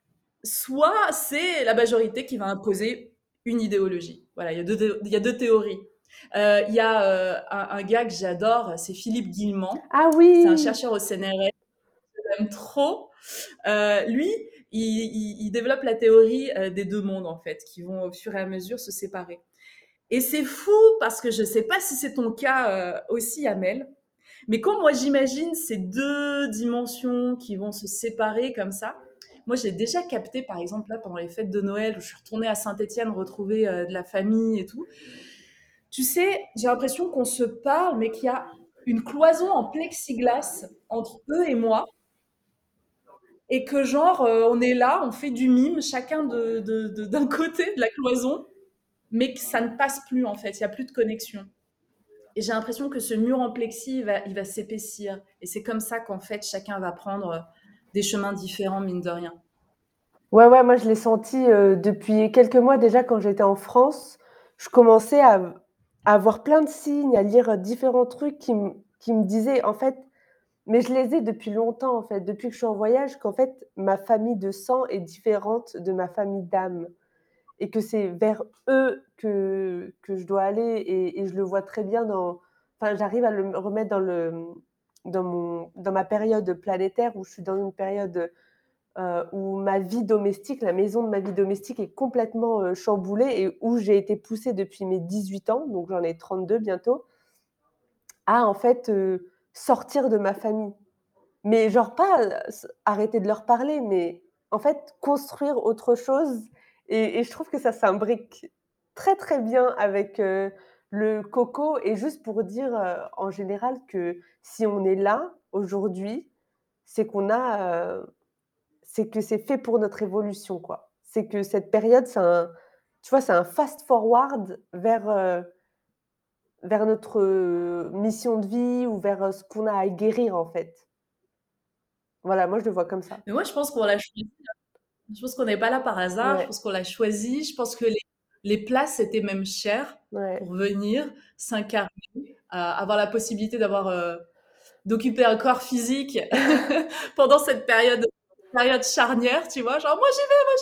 Soit c'est la majorité qui va imposer une idéologie. Voilà, il y a deux, il y a deux théories. Euh, Il y a euh, un, un, gars que j'adore, c'est Philippe Guillemant. Ah C'est un oui! chercheur au C N R S, j'aime trop. Euh, lui, il, il, il, développe la théorie euh, des deux mondes, en fait, qui vont au fur et à mesure se séparer. Et c'est fou parce que je ne sais pas si c'est ton cas euh, aussi, Amel, mais quand moi j'imagine ces deux dimensions qui vont se séparer comme ça, moi j'ai déjà capté, par exemple, là, pendant les fêtes de Noël, où je suis retournée à Saint-Étienne retrouver euh, de la famille et tout, tu sais, j'ai l'impression qu'on se parle, mais qu'il y a une cloison en plexiglas entre eux et moi, et que genre euh, on est là, on fait du mime, chacun de, de- de- d'un côté de la cloison, mais que ça ne passe plus en fait, il n'y a plus de connexion. Et j'ai l'impression que ce mur en plexi, il va, il va s'épaissir. Et c'est comme ça qu'en fait, chacun va prendre euh, des chemins différents, mine de rien. Ouais, ouais, moi je l'ai senti, heu, depuis quelques mois déjà quand j'étais en France. Je commençais à à avoir plein de signes, à lire, différents trucs qui me qui me disaient en fait mais je les ai depuis longtemps en fait, depuis que je suis en voyage, qu'en fait ma famille de sang est différente de ma famille d'âme et que c'est vers eux que que je dois aller et et je le vois très bien dans enfin j'arrive à le remettre dans le dans mon dans ma période planétaire où je suis dans une période heu, où ma vie domestique, la maison de ma vie domestique est complètement, heu, chamboulée et où j'ai été poussée depuis mes dix-huit ans, donc j'en ai trente-deux bientôt, à en fait, heu, sortir de ma famille. Mais genre pas, heu, s arrêter de leur parler, mais en fait construire autre chose et et je trouve que ça s'imbrique très, très bien avec, heu, le coco et juste pour dire, heu, en général que si on est là aujourd'hui, c'est qu'on a, heu, c'est que c'est fait pour notre évolution, quoi. C'est que cette période, c'est un tu vois, c'est un fast forward vers, heu, vers notre, heu, mission de vie ou vers, heu, ce qu'on a à guérir, en fait. Voilà, moi je le vois comme ça. Mais moi, je pense qu'on l'a choisi. Je pense qu'on n'est pas là par hasard. Je Ouais, pense qu'on l'a choisi. Je pense que les, les places étaient même chères ouais. pour venir s'incarner, euh, avoir la possibilité d'avoir, euh, d'occuper un corps physique pendant cette période, période charnière, tu vois. Genre, moi j'y vais, moi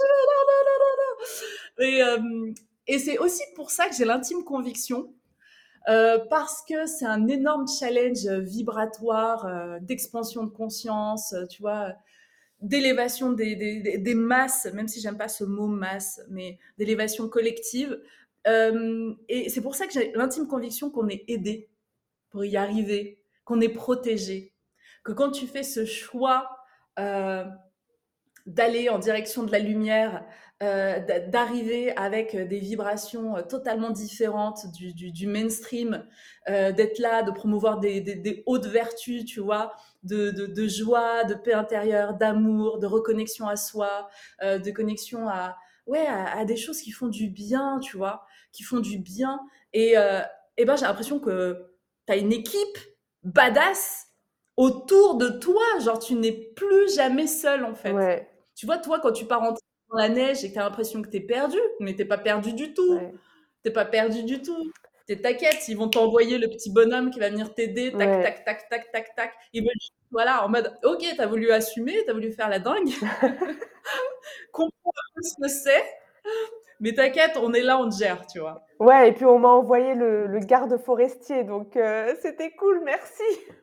j'y vais, non, non, non, non, non. Et, euh, et c'est aussi pour ça que j'ai l'intime conviction, euh, parce que c'est un énorme challenge vibratoire, euh, d'expansion de conscience, euh, tu vois, d'élévation des, des, des masses, même si j'aime pas ce mot masse, mais d'élévation collective. Euh, et c'est pour ça que j'ai l'intime conviction qu'on est aidé pour y arriver, qu'on est protégé, que quand tu fais ce choix, euh, d'aller en direction de la lumière, euh, d'arriver avec des vibrations euh, totalement différentes du, du, du mainstream, euh, d'être là, de promouvoir des, des, des hautes vertus, tu vois, de, de, de joie, de paix intérieure, d'amour, de reconnexion à soi, euh, de connexion à, ouais, à, à des choses qui font du bien, tu vois, qui font du bien. Et, euh, et ben, j'ai l'impression que tu as une équipe badass autour de toi, genre tu n'es plus jamais seul en fait. Ouais, Tu vois, toi, quand tu pars en dans la neige et que tu as l'impression que tu es perdu, mais tu pas perdu du tout. ouais, Tu pas perdu du tout. T'es t'inquiète, ils vont t'envoyer le petit bonhomme qui va venir t'aider, tac, ouais. tac, tac, tac, tac, tac. Ils veulent juste, voilà, en mode, ok, t'as voulu assumer, t'as voulu faire la dingue, comprends un peu ce que c'est, mais t'inquiète, on est là, on te gère, tu vois. Ouais et puis on m'a envoyé le le garde forestier donc heu, c'était cool, merci.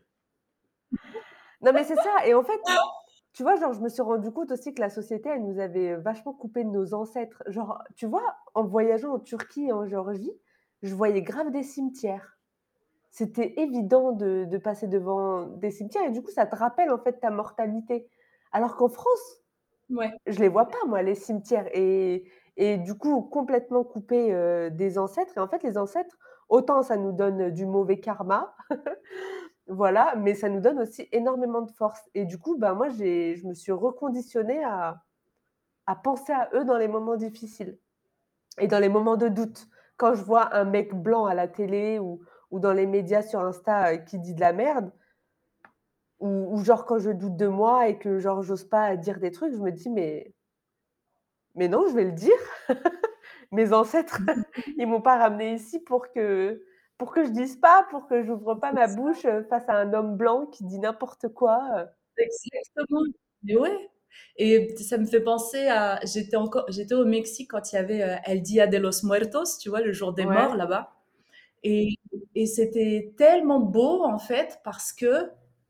Non mais c'est ça et en fait, tu vois, genre, je me suis rendu compte aussi que la société, elle nous avait vachement coupé de nos ancêtres. Genre, tu vois, en voyageant en Turquie et en Géorgie, je voyais grave des cimetières. C'était évident de de passer devant des cimetières et du coup, ça te rappelle, en fait, ta mortalité. Alors qu'en France, Ouais. je les vois pas moi les cimetières et et du coup complètement coupés, heu, des ancêtres et en fait les ancêtres, autant ça nous donne du mauvais karma, voilà, mais ça nous donne aussi énormément de force et du coup, bah, moi j'ai je me suis reconditionnée à à penser à eux dans les moments difficiles et dans les moments de doute. Quand je vois un mec blanc à la télé ou ou dans les médias sur Insta, heu, qui dit de la merde ou ou genre quand je doute de moi et que genre j'ose pas dire des trucs, je me dis: «Mais mais non, je vais le dire». Mes ancêtres, ils m'ont pas ramenée ici pour que pour que je dise pas, pour que j'ouvre pas ma bouche, heu, face à un homme blanc qui dit n'importe quoi, heu. Exactement. Mais ouais. Et ça me fait penser à, j'étais encore, j'étais au Mexique quand il y avait euh, El Dia de los Muertos, tu vois, le jour des morts Ouais. là-bas. Et, et c'était tellement beau en fait parce que,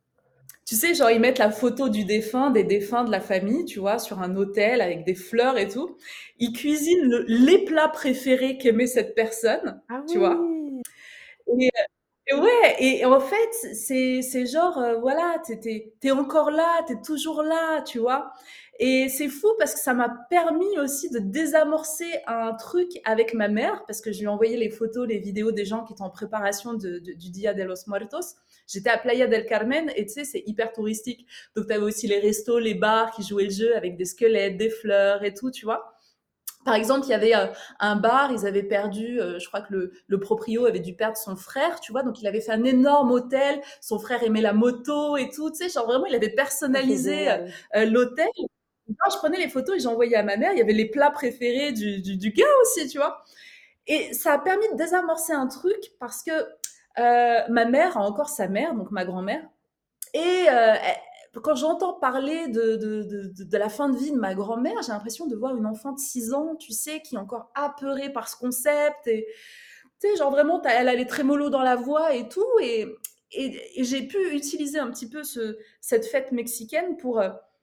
tu sais, genre ils mettent la photo du défunt, des défunts de la famille, tu vois, sur un autel avec des fleurs et tout. Ils cuisinent le- les plats préférés qu'aimait cette personne, Ah tu vois. oui! Et, et ouais, et en fait, c'est c'est genre, euh, voilà, t'es t'es- t'es encore là, t'es toujours là, tu vois. Et c'est fou parce que ça m'a permis aussi de désamorcer un truc avec ma mère, parce que je lui ai envoyé les photos, les vidéos des gens qui étaient en préparation de, de- du Dia de los Muertos. J'étais à Playa del Carmen et tu sais, c'est hyper touristique. Donc, t'avais aussi les restos, les bars qui jouaient le jeu avec des squelettes, des fleurs et tout, tu vois. Par exemple, il y avait euh, un bar, ils avaient perdu, euh, je crois que le, le proprio avait dû perdre son frère, tu vois, donc il avait fait un énorme hôtel, son frère aimait la moto et tout, tu sais, genre vraiment, il avait Ah, c'est personnalisé euh, génial. euh, l'hôtel. Quand je prenais les photos et j'envoyais à ma mère, il y avait les plats préférés du, du, du gars aussi, tu vois. Et ça a permis de désamorcer un truc parce que euh, ma mère a encore sa mère, donc ma grand-mère, et euh, quand j'entends parler de, de, de, de, la fin de vie de ma grand-mère, j'ai l'impression de voir une enfant de six ans, tu sais, qui est encore apeurée par ce concept. Et tu sais, genre vraiment, elle a les trémolos dans la voix et tout. Et, et, et j'ai pu utiliser un petit peu ce, cette fête mexicaine pour euh,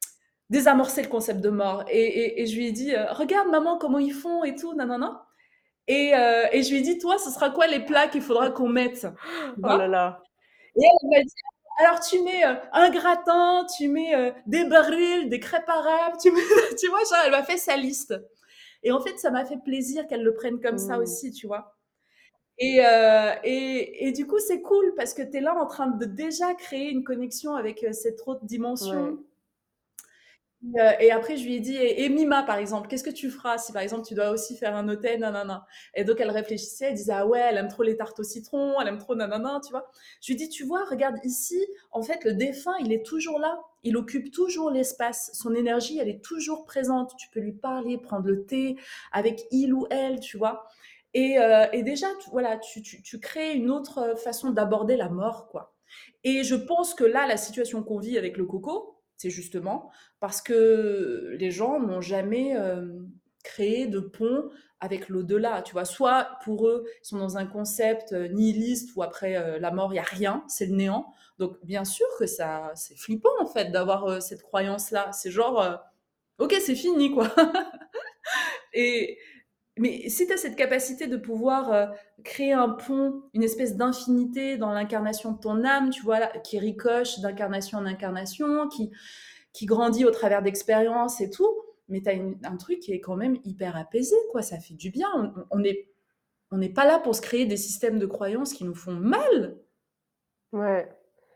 désamorcer le concept de mort. Et, et, et je lui ai dit, euh, regarde maman comment ils font et tout, nanana. Et, euh, et je lui ai dit, toi, ce sera quoi les plats qu'il faudra qu'on mette, tu Oh là vois? là. Et elle m'a dit, alors tu mets euh, un gratin, tu mets euh, des barils, des crêpes arabes, tu, mets, tu vois, genre, elle m'a fait sa liste. Et en fait, ça m'a fait plaisir qu'elle le prenne comme ça Mm. aussi, tu vois. Et, euh, et, et du coup, c'est cool parce que tu es là en train de déjà créer une connexion avec euh, cette autre Ouais. dimension. Et, euh, et après, je lui ai dit, et, et Mima, par exemple, qu'est-ce que tu feras si, par exemple, tu dois aussi faire un hôtel, nanana. Et donc, elle réfléchissait, elle disait, ah ouais, elle aime trop les tartes au citron, elle aime trop nanana, tu vois. Je lui ai dit, tu vois, regarde ici, en fait, le défunt, il est toujours là. Il occupe toujours l'espace. Son énergie, elle est toujours présente. Tu peux lui parler, prendre le thé avec il ou elle, tu vois. Et, euh, et déjà, tu, voilà, tu, tu, tu crées une autre façon d'aborder la mort, quoi. Et je pense que là, la situation qu'on vit avec le coco, c'est justement parce que les gens n'ont jamais euh, créé de pont avec l'au-delà. Tu vois, soit pour eux, ils sont dans un concept euh, nihiliste où après euh, la mort, il n'y a rien, c'est le néant. Donc, bien sûr que ça, c'est flippant en fait d'avoir euh, cette croyance-là. C'est genre, euh, ok, c'est fini quoi. Et, mais si tu as cette capacité de pouvoir euh, créer un pont, une espèce d'infinité dans l'incarnation de ton âme, tu vois, là, qui ricoche d'incarnation en incarnation, qui, qui grandit au travers d'expériences et tout, mais tu as un truc qui est quand même hyper apaisé, quoi. Ça fait du bien. On on n'est on n'est pas là pour se créer des systèmes de croyances qui nous font mal. Ouais.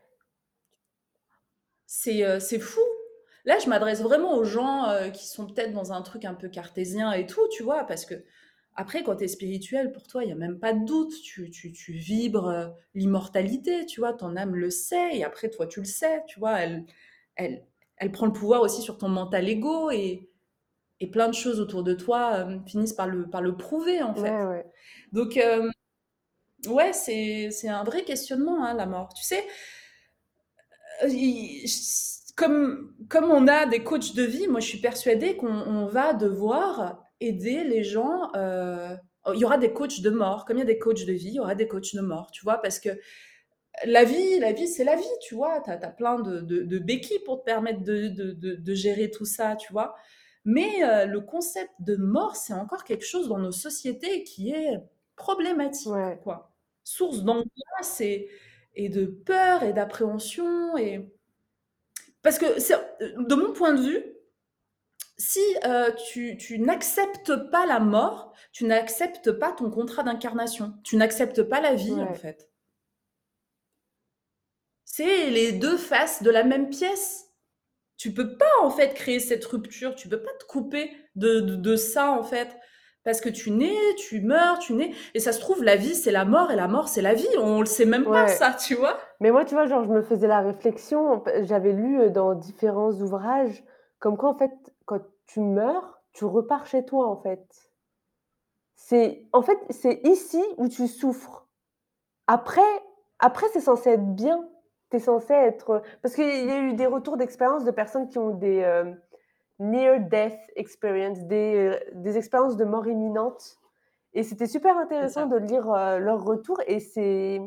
C'est euh, c'est fou. Là, je m'adresse vraiment aux gens euh, qui sont peut-être dans un truc un peu cartésien et tout, tu vois, parce que après, quand tu es spirituel, pour toi, il n'y a même pas de doute. Tu, tu, tu vibres euh, l'immortalité, tu vois, ton âme le sait, et après, toi, tu le sais, tu vois, elle, elle, elle prend le pouvoir aussi sur ton mental ego, et, et plein de choses autour de toi euh, finissent par le, par le prouver, en Ouais, fait. ouais. Donc, euh, ouais, c'est, c'est un vrai questionnement, hein, la mort. Tu sais, euh, il- comme, comme on a des coachs de vie, moi je suis persuadée qu'on on va devoir aider les gens. euh, il y aura des coachs de mort, comme il y a des coachs de vie, il y aura des coachs de mort, tu vois, parce que la vie, la vie, c'est la vie, tu vois. Tu as, plein de, de, de béquilles pour te permettre de, de, de, de gérer tout ça, tu vois. Mais euh, le concept de mort, c'est encore quelque chose dans nos sociétés qui est problématique, Ouais. quoi. Source d'angoisse et, et de peur et d'appréhension. Et... Parce que, c'est- de mon point de vue, si euh, tu, tu n'acceptes pas la mort, tu n'acceptes pas ton contrat d'incarnation. Tu n'acceptes pas la vie, en Ouais. fait. C'est les deux faces de la même pièce. Tu peux pas en fait créer cette rupture, tu peux pas te couper de, de, de ça en fait. Parce que tu nais, tu meurs, tu nais. Et ça se trouve, la vie, c'est la mort et la mort, c'est la vie. On le sait même pas, Ouais. ça, tu vois. Mais moi, tu vois, genre, je me faisais la réflexion, p- j'avais lu euh, dans différents ouvrages, comme quoi, en fait, quand tu meurs, tu repars chez toi, en fait. C'est, en fait, c'est ici où tu souffres. Après, après, c'est censé être bien. Tu es censé être, parce qu'il y a eu des retours d'expérience de personnes qui ont des euh, near death experience, des, euh, des expériences de mort imminente. Et c'était super C'est intéressant ça. de lire euh, leurs retours. Et c'est,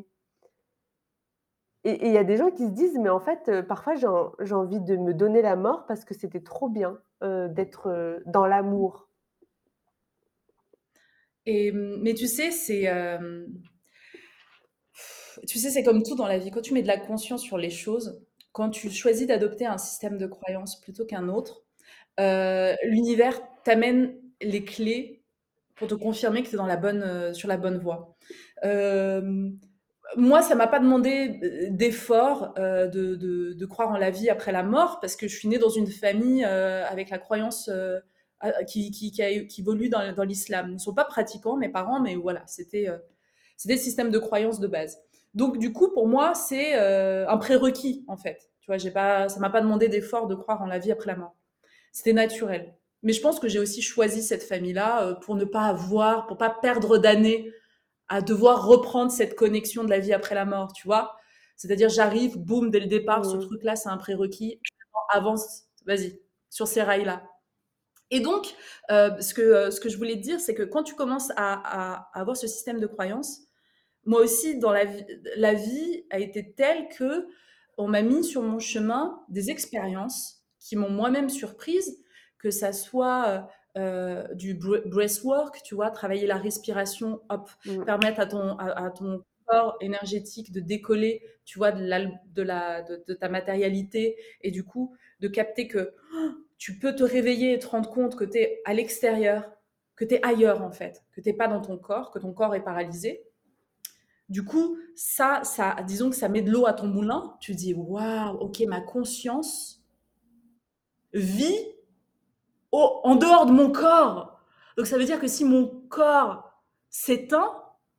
et et il y a des gens qui se disent: «Mais en fait, heu, parfois j'ai en j'ai envie de me donner la mort parce que c'était trop bien, heu, d'être, heu, dans l'amour». Et, mais tu sais, c'est euh, tu sais, c'est comme tout dans la vie. Quand tu mets de la conscience sur les choses, quand tu choisis d'adopter un système de croyance plutôt qu'un autre, euh, l'univers t'amène les clés pour te confirmer que tu es dans la bonne, euh, sur la bonne voie. Euh, Moi, ça m'a pas demandé euh, d'effort euh, de, de, de croire en la vie après la mort, parce que je suis née dans une famille euh, avec la croyance euh, à- qui, qui, qui, a- qui évolue dans, dans l'islam. Ils ne sont pas pratiquants, mes parents, mais voilà, c'était euh, c'était le système de croyance de base. Donc, du coup, pour moi, c'est euh, un prérequis, en fait. Tu vois, j'ai pas, ça m'a pas demandé d'effort de croire en la vie après la mort. C'était naturel. Mais je pense que j'ai aussi choisi cette famille-là euh, pour ne pas avoir, pour pas perdre d'années à devoir reprendre cette connexion de la vie après la mort, tu vois. C'est-à-dire, j'arrive, boum, dès le départ, ce Mmh. truc-là, c'est un prérequis. Avance, vas-y, sur ces rails-là. Et donc, euh, ce, que, euh, ce que je voulais te dire, c'est que quand tu commences à, à- à avoir ce système de croyance, moi aussi, dans la vie, la vie a été telle que on m'a mis sur mon chemin des expériences qui m'ont moi-même surprise, que ça soit euh, euh, du bre- breathwork, tu vois, travailler la respiration, hop, Mm. permettre à ton, à, à ton corps énergétique de décoller, tu vois, de, la, de, la, de, de ta matérialité, et du coup, de capter que oh, tu peux te réveiller et te rendre compte que tu es à l'extérieur, que tu es ailleurs en fait, que tu n'es pas dans ton corps, que ton corps est paralysé. Du coup, ça, ça, disons que ça met de l'eau à ton moulin. Tu dis, waouh, ok, ma conscience vit au- en dehors de mon corps. Donc ça veut dire que si mon corps s'éteint,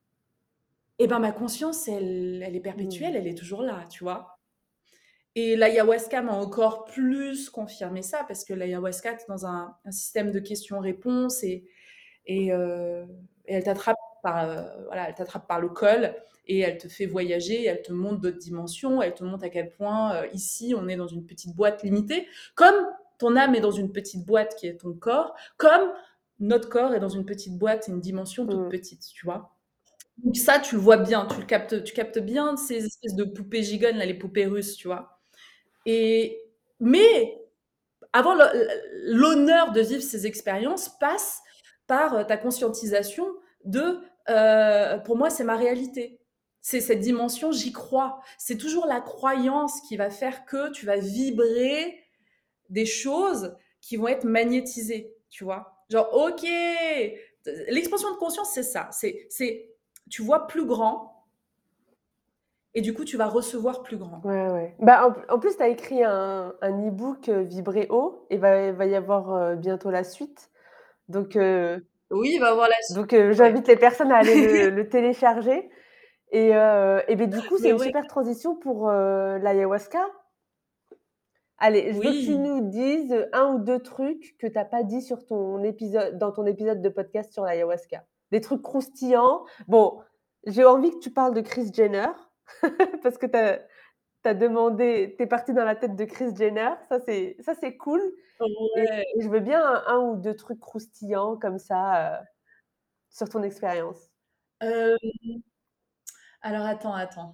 eh ben ma conscience, elle, elle est perpétuelle, Mm. elle est toujours là, tu vois. Et l'ayahuasca m'a encore plus confirmé ça, parce que l'ayahuasca, tu es dans un, un système de questions-réponses et, et, euh, et elle t'attrape par, euh, voilà, elle t'attrape par le col et elle te fait voyager, elle te montre d'autres dimensions, elle te montre à quel point euh, ici on est dans une petite boîte limitée, comme ton âme est dans une petite boîte qui est ton corps, comme notre corps est dans une petite boîte, une dimension toute Mm. petite, tu vois. Donc ça, tu le vois bien, tu le captes, tu captes bien ces espèces de poupées gigones, là, les poupées russes, tu vois. Et mais avoir l'honneur de vivre ces expériences passe par euh, ta conscientisation de, euh, pour moi, c'est ma réalité. C'est cette dimension, j'y crois. C'est toujours la croyance qui va faire que tu vas vibrer des choses qui vont être magnétisées, tu vois. Genre, ok, l'expansion de conscience, c'est ça. C'est, c'est, tu vois plus grand et du coup, tu vas recevoir plus grand. Ouais, ouais. Bah, en, en plus, tu as écrit un, un e-book euh, Vibrer haut et va, il va y avoir euh, bientôt la suite. Donc, euh, Oui, il va avoir la donc suite. euh, Ouais. j'invite les personnes à aller le, le télécharger. Et, euh, et ben, du coup, c'est Mais une ouais, super transition pour euh, l'ayahuasca. Allez, je veux que tu oui. nous dises un ou deux trucs que tu n'as pas dit sur ton épisode, dans ton épisode de podcast sur l'ayahuasca. Des trucs croustillants. Bon, j'ai envie que tu parles de Kris Jenner parce que tu as demandé, tu es parti dans la tête de Kris Jenner. Ça, c'est, ça, c'est cool. Et, Ouais. et je veux bien un, un ou deux trucs croustillants comme ça euh, sur ton expérience. Euh, alors attends, attends.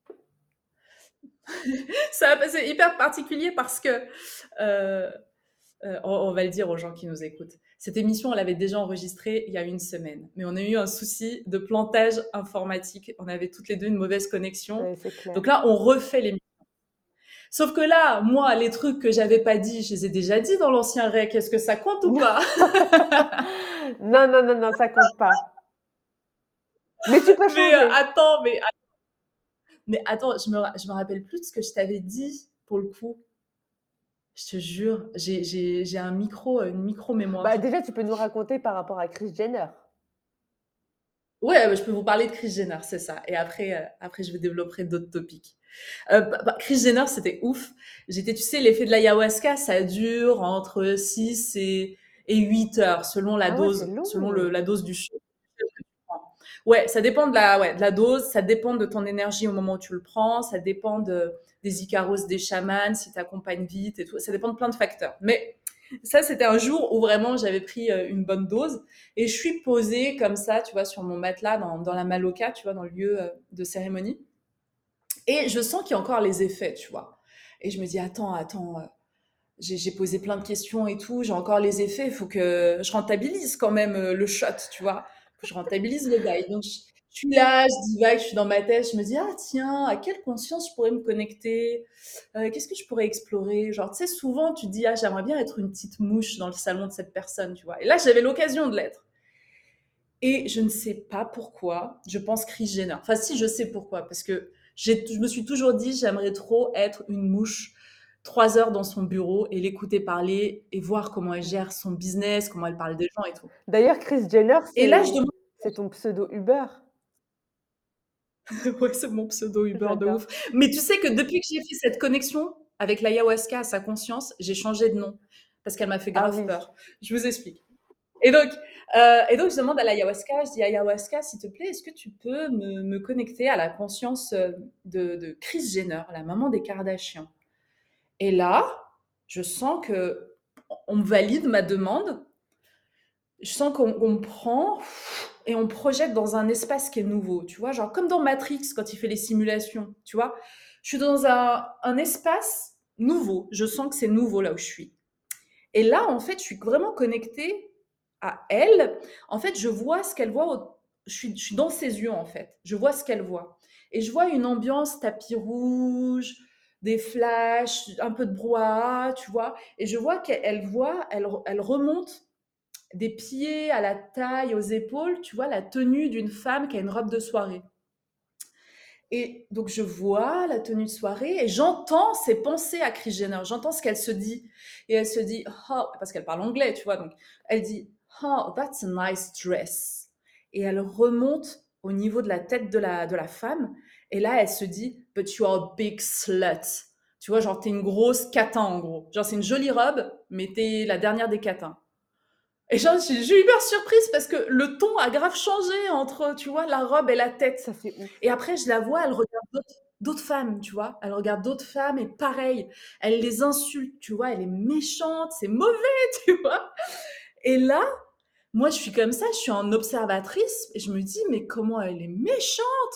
Ça, c'est hyper particulier parce que, euh, euh, on, on va le dire aux gens qui nous écoutent. Cette émission, on l'avait déjà enregistrée il y a une semaine, mais on a eu un souci de plantage informatique. On avait toutes les deux une mauvaise connexion. Ouais, c'est clair. Donc là, on refait l'émission. Sauf que là, moi, les trucs que j'avais pas dit, je les ai déjà dit dans l'ancien rec. Est-ce que ça compte ou pas? Non, non, non, non, ça compte pas. Mais tu peux Mais euh, changer. attends, mais, mais attends, je me, je me rappelle plus de ce que je t'avais dit pour le coup. Je te jure, j'ai j'ai- j'ai un micro, une Bah, micro-mémoire. déjà, tu peux nous raconter par rapport à Kris Jenner. Ouais, bah, je peux vous parler de Kris Jenner, c'est ça. Et après, euh, après je vais développer d'autres topics. Euh, bah, bah, Kris Jenner, c'était ouf. J'étais, tu sais, l'effet de l'ayahuasca, ça dure entre six et, et huit heures, selon la Ah ouais, c'est dose, selon le, long. la dose du show. Ouais, ça dépend de la, ouais, de la dose, ça dépend de ton énergie au moment où tu le prends, ça dépend de, des icaros des chamans, si tu accompagnes vite et tout, ça dépend de plein de facteurs. Mais ça, c'était un jour où vraiment j'avais pris euh, une bonne dose et je suis posée comme ça, tu vois, sur mon matelas dans, dans la maloca, tu vois, dans le lieu euh, de cérémonie. Et je sens qu'il y a encore les effets, tu vois. Et je me dis, attends, attends, euh, j'ai j'ai posé plein de questions et tout, j'ai encore les effets, il faut que je rentabilise quand même euh, le shot, tu vois. Il faut que je rentabilise le bail. Donc, je, je suis là, je divague, je suis dans ma tête, je me dis, ah tiens, à quelle conscience je pourrais me connecter? Euh, Qu'est-ce que je pourrais explorer? Genre, tu sais, souvent, tu te dis, ah, j'aimerais bien être une petite mouche dans le salon de cette personne, tu vois. Et là, j'avais l'occasion de l'être. Et je ne sais pas pourquoi, je pense Kris Jenner. Enfin, si, je sais pourquoi, parce que j'ai, je me suis toujours dit, j'aimerais trop être une mouche trois heures dans son bureau et l'écouter parler et voir comment elle gère son business, comment elle parle des gens et tout. D'ailleurs, Kris Jenner, Et là, je c'est demande, c'est ton pseudo Uber. ouais, c'est mon pseudo Uber de J'adore. ouf. Mais tu sais que depuis que j'ai fait cette connexion avec l'ayahuasca à sa conscience, j'ai changé de nom parce qu'elle m'a fait Ah grave oui. peur. Je vous explique. Et donc, euh, et donc, je demande à l'ayahuasca, je dis ayahuasca, s'il te plaît, est-ce que tu peux me, me connecter à la conscience euh, de, de Kris Jenner, la maman des Kardashians? Et là, je sens que on me valide ma demande. Je sens qu'on on me prend et on me projette dans un espace qui est nouveau, tu vois, genre comme dans Matrix quand il fait les simulations, tu vois. Je suis dans un, un espace nouveau. Je sens que c'est nouveau là où je suis. Et là, en fait, je suis vraiment connectée à elle. En fait, je vois ce qu'elle voit. au- Je suis, je suis dans ses yeux, en fait. Je vois ce qu'elle voit. Et je vois une ambiance tapis rouge, des flashs, un peu de brouhaha, tu vois. Et je vois qu'elle elle voit, elle, elle remonte des pieds à la taille, aux épaules, tu vois, la tenue d'une femme qui a une robe de soirée. Et donc, je vois la tenue de soirée et j'entends ses pensées à Kris Jenner. J'entends ce qu'elle se dit. Et elle se dit, oh, parce qu'elle parle anglais, tu vois. Donc, elle dit, oh, that's a nice dress. Et elle remonte au niveau de la tête de la, de la femme. Et là, elle se dit, but you are a big slut. Tu vois, genre, t'es une grosse catin, en gros. Genre, c'est une jolie robe, mais t'es la dernière des catins. Et genre, j'ai j'ai eu hyper surprise parce que le ton a grave changé entre, tu vois, la robe et la Ça, tête. c'est ouf. Et après, je la vois, elle regarde d'autres d'autres femmes, tu vois. Elle regarde d'autres femmes et pareil, elle les insulte, tu vois. Elle est méchante, c'est mauvais, tu vois. Et là, moi, je suis comme ça, je suis en observatrice et je me dis, mais comment elle est méchante.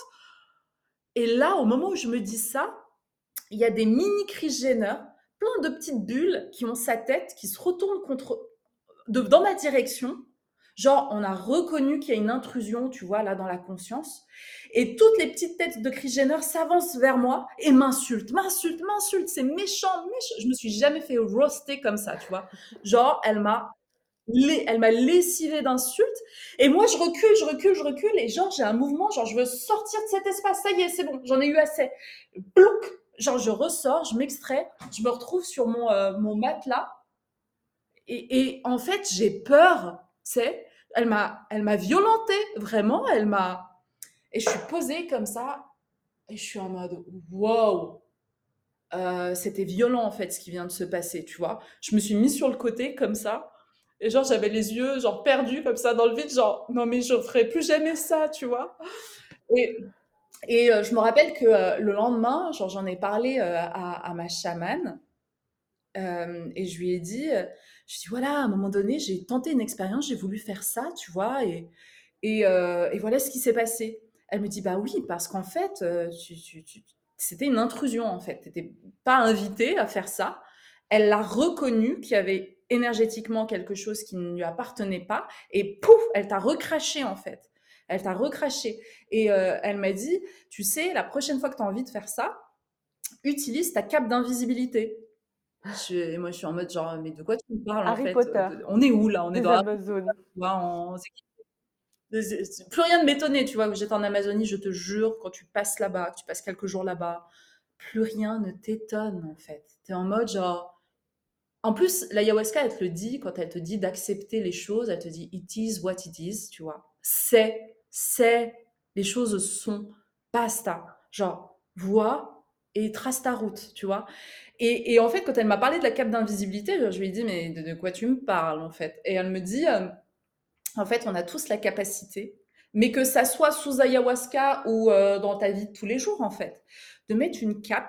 Et là, au moment où je me dis ça, il y a des mini Kris Jenner, plein de petites bulles qui ont sa tête, qui se retournent contre de, dans ma direction. Genre, on a reconnu qu'il y a une intrusion, tu vois, là, dans la conscience. Et toutes les petites têtes de Kris Jenner s'avancent vers moi et m'insultent, m'insultent, m'insultent. C'est méchant, méchant. Je me suis jamais fait roaster comme ça, tu vois. Genre, elle m'a elle m'a lessivé d'insultes. Et moi, je recule, je recule, je recule. Et genre, j'ai un mouvement, genre, je veux sortir de cet espace. Ça y est, c'est bon, j'en ai eu assez. Plouc. Genre, je ressors, je m'extrais, je me retrouve sur mon, euh, mon matelas. Et, et en fait, j'ai peur, tu sais. Elle m'a, elle m'a violentée, vraiment. Elle m'a. Et je suis posée comme ça. Et je suis en mode, wow. Euh, c'était violent, en fait, ce qui vient de se passer, tu vois. Je me suis mise sur le côté, comme ça. Et genre, j'avais les yeux, genre, perdus, comme ça, dans le vide. Genre, non, mais je ferai plus jamais ça, tu vois. Et, et euh, je me rappelle que euh, le lendemain, genre, j'en ai parlé euh, à, à ma chamane. Euh, et je lui ai dit, euh, je dis voilà, à un moment donné, j'ai tenté une expérience, j'ai voulu faire ça, tu vois, et, et, euh, et voilà ce qui s'est passé. Elle me dit bah oui, parce qu'en fait, euh, tu, tu- tu- c'était une intrusion en fait. T'étais pas invitée à faire ça. Elle l'a reconnu qu'il y avait énergétiquement quelque chose qui ne lui appartenait pas, et pouf, elle t'a recraché en fait. Elle t'a recraché. Et euh, elle m'a dit, tu sais, la prochaine fois que tu as envie de faire ça, utilise ta cape d'invisibilité. Je, et moi, je suis en mode genre, mais de quoi tu me parles en Harry fait? Potter, De- On est où là? On est des dans la Amazones. tu vois, en- c'est- plus rien ne m'étonnait, tu vois, que j'étais en Amazonie, je te jure, quand tu passes là-bas, que tu passes quelques jours là-bas, plus rien ne t'étonne en fait. T'es en mode genre. En plus, l'ayahuasca, elle te le dit, quand elle te dit d'accepter les choses, elle te dit it is what it is, tu vois. C'est, c'est, les choses sont, basta. Genre, vois et trace ta route, tu vois. Et, et en fait, quand elle m'a parlé de la cape d'invisibilité, je lui ai dit, mais de, de quoi tu me parles, en fait? Et elle me dit, euh, en fait, on a tous la capacité, mais que ça soit sous ayahuasca ou euh, dans ta vie de tous les jours, en fait, de mettre une cape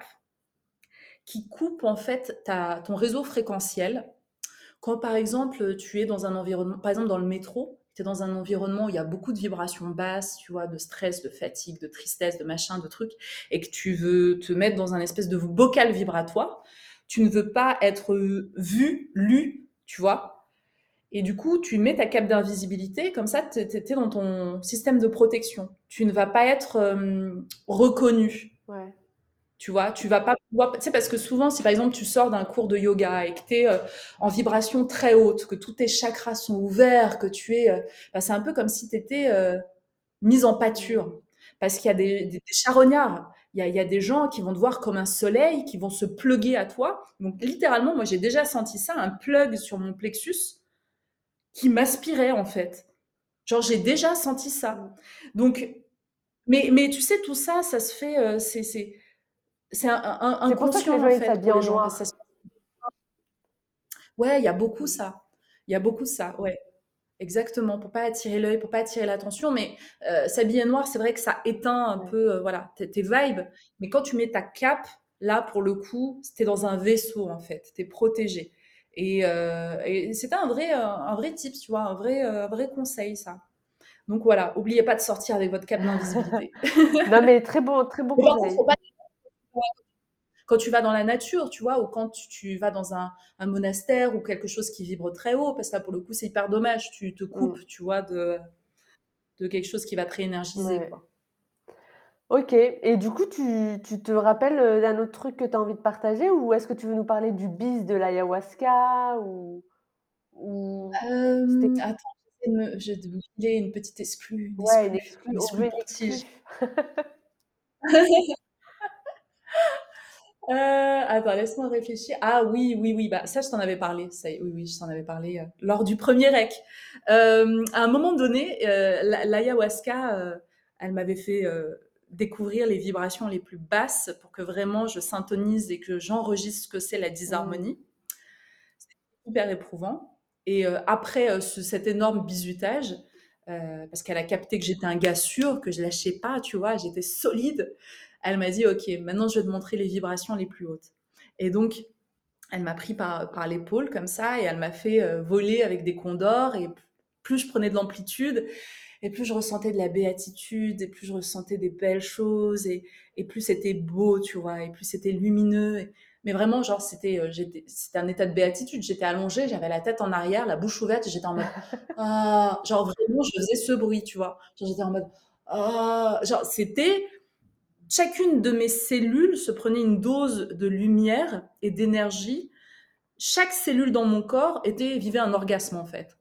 qui coupe, en fait, ta, ton réseau fréquentiel. Quand, par exemple, tu es dans un environnement, par exemple, dans le métro, tu es dans un environnement où il y a beaucoup de vibrations basses, tu vois, de stress, de fatigue, de tristesse, de machin, de trucs, et que tu veux te mettre dans un espèce de bocal vibratoire, tu ne veux pas être vu, lu, tu vois. Et du coup, tu mets ta cape d'invisibilité, comme ça, tu es dans ton système de protection. Tu ne vas pas être euh, reconnu. Ouais. Tu vois, tu vas pas pouvoir. Tu sais, parce que souvent, si par exemple tu sors d'un cours de yoga et que tu es en vibration très haute, que tous tes chakras sont ouverts, que tu es. euh, bah, c'est un peu comme si tu étais mise en Mm. pâture. Parce qu'il y a des, des- des charognards. Il y a, il y a des gens qui vont te voir comme un soleil, qui vont se pluguer à toi. Donc, littéralement, moi, j'ai déjà senti ça, un plug sur mon plexus qui m'aspirait, en fait. Genre, j'ai déjà senti ça. Mm. Donc, mais, mais tu sais, tout ça, ça se fait. euh, c'est, c'est, c'est un, un- C'est pour ça que les inconscient, gens en ils fait, s'habillent pour les en gens. Parce que ça se- noir. Ouais, il y a beaucoup Mm. ça. Il y a beaucoup ça, ouais. Exactement, pour pas attirer l'œil, pour pas attirer l'attention. Mais euh, s'habiller noir, c'est vrai que ça éteint un Ouais. peu euh, voilà, tes, tes vibes. Mais quand tu mets ta cape, là, pour le coup, t'es dans un vaisseau, en fait. T'es protégé. Et, euh, et c'était un vrai, euh, un vrai tip, tu vois, un vrai, euh, un vrai conseil, ça. Donc voilà, oubliez pas de sortir avec votre cape d'invisibilité. Non mais très bon, très bon Mais par contre, faut conseil. pas quand tu vas dans la nature, tu vois, ou quand tu, tu vas dans un, un monastère ou quelque chose qui vibre très haut, parce que là, pour le coup, c'est hyper dommage. Tu te Mm. coupes, tu vois, de, de quelque chose qui va te réénergiser, Ouais. quoi. Ok. Et du coup, tu, tu te rappelles euh, d'un autre truc que tu as envie de partager ou est-ce que tu veux nous parler du bis de l'ayahuasca ou, ou... C'était Euh, attends, j'essaie de me- je vais vous filer une petite exclue, une ouais, une exclue, exclue. une On veut exclue une pour exclue. Tige. Euh, attends, laisse-moi réfléchir. Ah oui, oui, oui, bah ça je t'en avais parlé. Ça, y est, oui, oui, je t'en avais parlé euh, lors du premier rec. Euh, à un moment donné, euh, la- l'ayahuasca, euh, elle m'avait fait euh, découvrir les vibrations les plus basses pour que vraiment je syntonise et que j'enregistre ce que c'est la Mm. disharmonie. Hyper éprouvant. Et euh, après euh, ce- cet énorme bizutage, euh, parce qu'elle a capté que j'étais un gars sûr, que je lâchais pas, tu vois, j'étais solide, elle m'a dit, OK, maintenant je vais te montrer les vibrations les plus hautes. Et donc, elle m'a pris par, par l'épaule comme ça et elle m'a fait euh, voler avec des condors. Et plus je prenais de l'amplitude, et plus je ressentais de la béatitude, et plus je ressentais des belles choses, et, et plus c'était beau, tu vois, et plus c'était lumineux. Et- mais vraiment, genre, c'était euh, j'étais- c'était un état de béatitude. J'étais allongée, j'avais la tête en arrière, la bouche ouverte, et j'étais en mode ah, genre vraiment, je faisais ce bruit, tu vois. Genre, j'étais en mode ah, genre, c'était chacune de mes cellules se prenait une dose de lumière et d'énergie. Chaque cellule dans mon corps était vivait un orgasme en fait.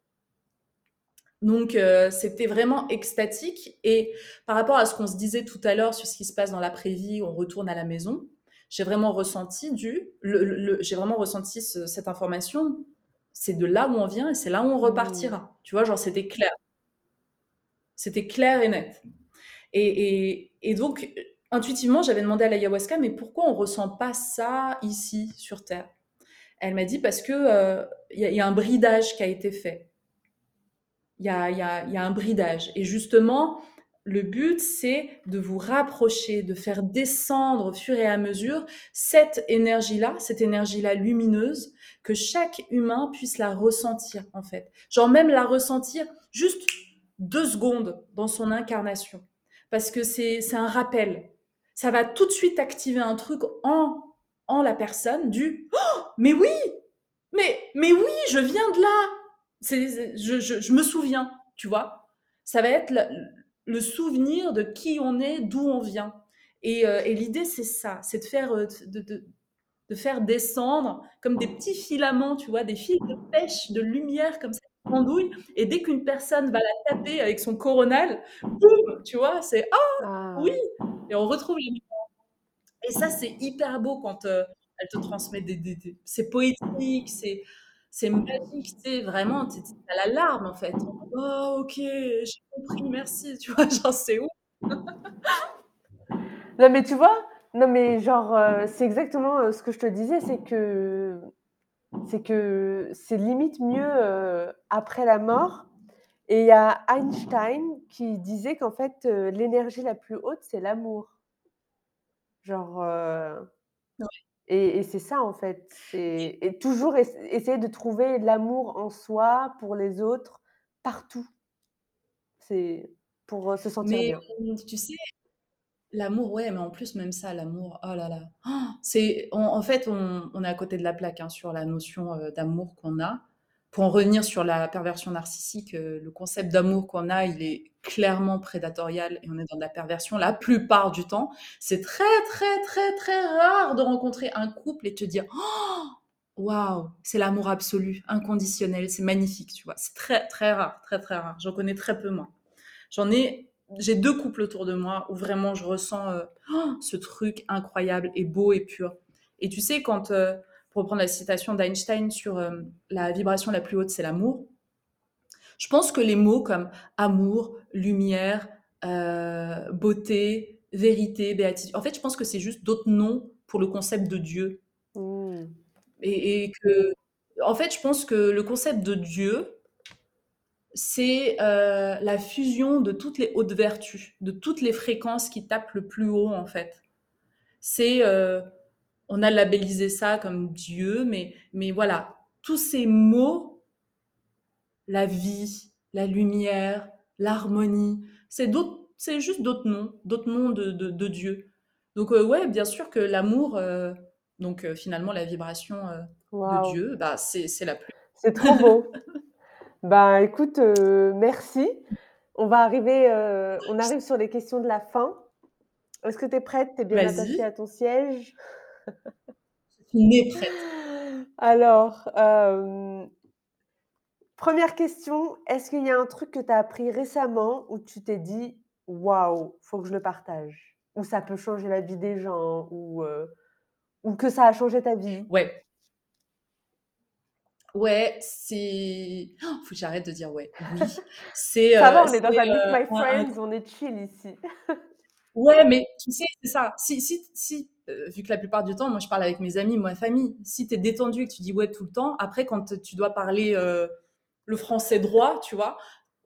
Donc euh, c'était vraiment extatique. Et par rapport à ce qu'on se disait tout à l'heure sur ce qui se passe dans l'après-vie, on retourne à la maison, j'ai vraiment ressenti du, le, le- le- j'ai vraiment ressenti ce- cette information. C'est de là où on vient et c'est là où on Mm. repartira. Tu vois, genre c'était clair, c'était clair et net. Et, et, et donc intuitivement, j'avais demandé à l'ayahuasca, mais pourquoi on ressent pas ça ici sur Terre? Elle m'a dit parce que euh, il y, a- y a un bridage qui a été fait. Il y a, il y a- il y a un bridage. Et justement, le but, c'est de vous rapprocher, de faire descendre au fur et à mesure cette énergie-là, cette énergie-là lumineuse, que chaque humain puisse la ressentir, en fait. Genre même la ressentir juste deux secondes dans son incarnation. Parce que c'est, c'est un rappel. Ça va tout de suite activer un truc en, en la personne du «Oh, mais oui, mais, mais oui, je viens de là. C'est, c'est- je, je, je me souviens, tu vois. Ça va être le, le souvenir de qui on est, d'où on vient. Et, euh, et l'idée, c'est ça, c'est de faire, euh, de, de, de faire descendre comme des petits filaments, tu vois, des fils de pêche, de lumière comme ça, qui pendouillent. Et dès qu'une personne va la taper avec son coronal, boum, tu vois, c'est ah oui. Ah. Et on retrouve les et ça, c'est hyper beau quand euh, elle te transmet des, des- des- c'est poétique, c'est c'est magique, c'est vraiment, tu as la larme en fait. Oh, ok, j'ai compris, merci, tu vois, genre c'est ouf. Non, mais tu vois? Non, mais genre, heu, c'est exactement, heu, ce que je te disais, c'est que c'est que c'est limite mieux, heu, après la mort et il y a Einstein qui disait qu'en fait, heu, l'énergie la plus haute, c'est l'amour. Genre, heu Ouais. et et c'est ça, en fait, c'est et toujours ess essayer de trouver l'amour en soi, pour les autres, partout. C'est pour, heu, se sentir Mais bien. hum, tu sais, l'amour, ouais, mais en plus, même ça, l'amour, oh là là. Oh, c'est, en, en fait, on, on est à côté de la plaque hein, sur la notion euh, d'amour qu'on a. Pour en revenir sur la perversion narcissique, euh, le concept d'amour qu'on a, il est clairement prédatorial et on est dans de la perversion la plupart du temps. C'est très, très, très, très rare de rencontrer un couple et te dire oh, waouh, c'est l'amour absolu, inconditionnel, c'est magnifique, tu vois. C'est très, très rare, très, très rare. J'en connais très peu, moi. J'en ai, j'ai deux couples autour de moi où vraiment je ressens euh, oh, ce truc incroyable et beau et pur. Et tu sais, quand, euh, pour reprendre la citation d'Einstein sur euh, la vibration la plus haute, c'est l'amour, je pense que les mots comme amour, lumière, euh, beauté, vérité, béatitude, en fait, je pense que c'est juste d'autres noms pour le concept de Dieu. Mmh. Et, et que, en fait, je pense que le concept de Dieu, c'est euh, la fusion de toutes les hautes vertus, de toutes les fréquences qui tapent le plus haut en fait. C'est, euh, on a labellisé ça comme Dieu, mais, mais voilà, tous ces mots, la vie, la lumière, l'harmonie, c'est d'autres, c'est juste d'autres noms, d'autres noms de, de, de Dieu. Donc euh, ouais, bien sûr que l'amour, euh, Donc heu, finalement, la vibration, heu, de Waouh, Dieu, bah, c'est c'est la pluie. c'est trop beau. Ben, écoute, heu, merci. On va arriver, heu, on arrive sur les questions de la fin. Est-ce que tu es prête? Tu es bien attachée Vas-y, à ton siège? je suis née prête. Alors, hem, une question, est-ce qu'il y a un truc que tu as appris récemment où tu t'es dit: «Waouh, faut que je le partage» ou ça peut changer la vie des gens ou heu, ou que ça a changé ta vie? Ouais, ouais, c'est oh, faut que j'arrête de dire ouais. Oui, c'est, Ça heu, va, on est dans c'est, un Meet heu, My un un Friends, on est chill ici. ouais, mais tu sais, c'est ça. Si si si, heu, vu que la plupart du temps, moi, je parle avec mes amis, ma famille, si tu es détendu et que tu dis ouais tout le temps, après quand tu dois parler, heu, le français droit, tu vois?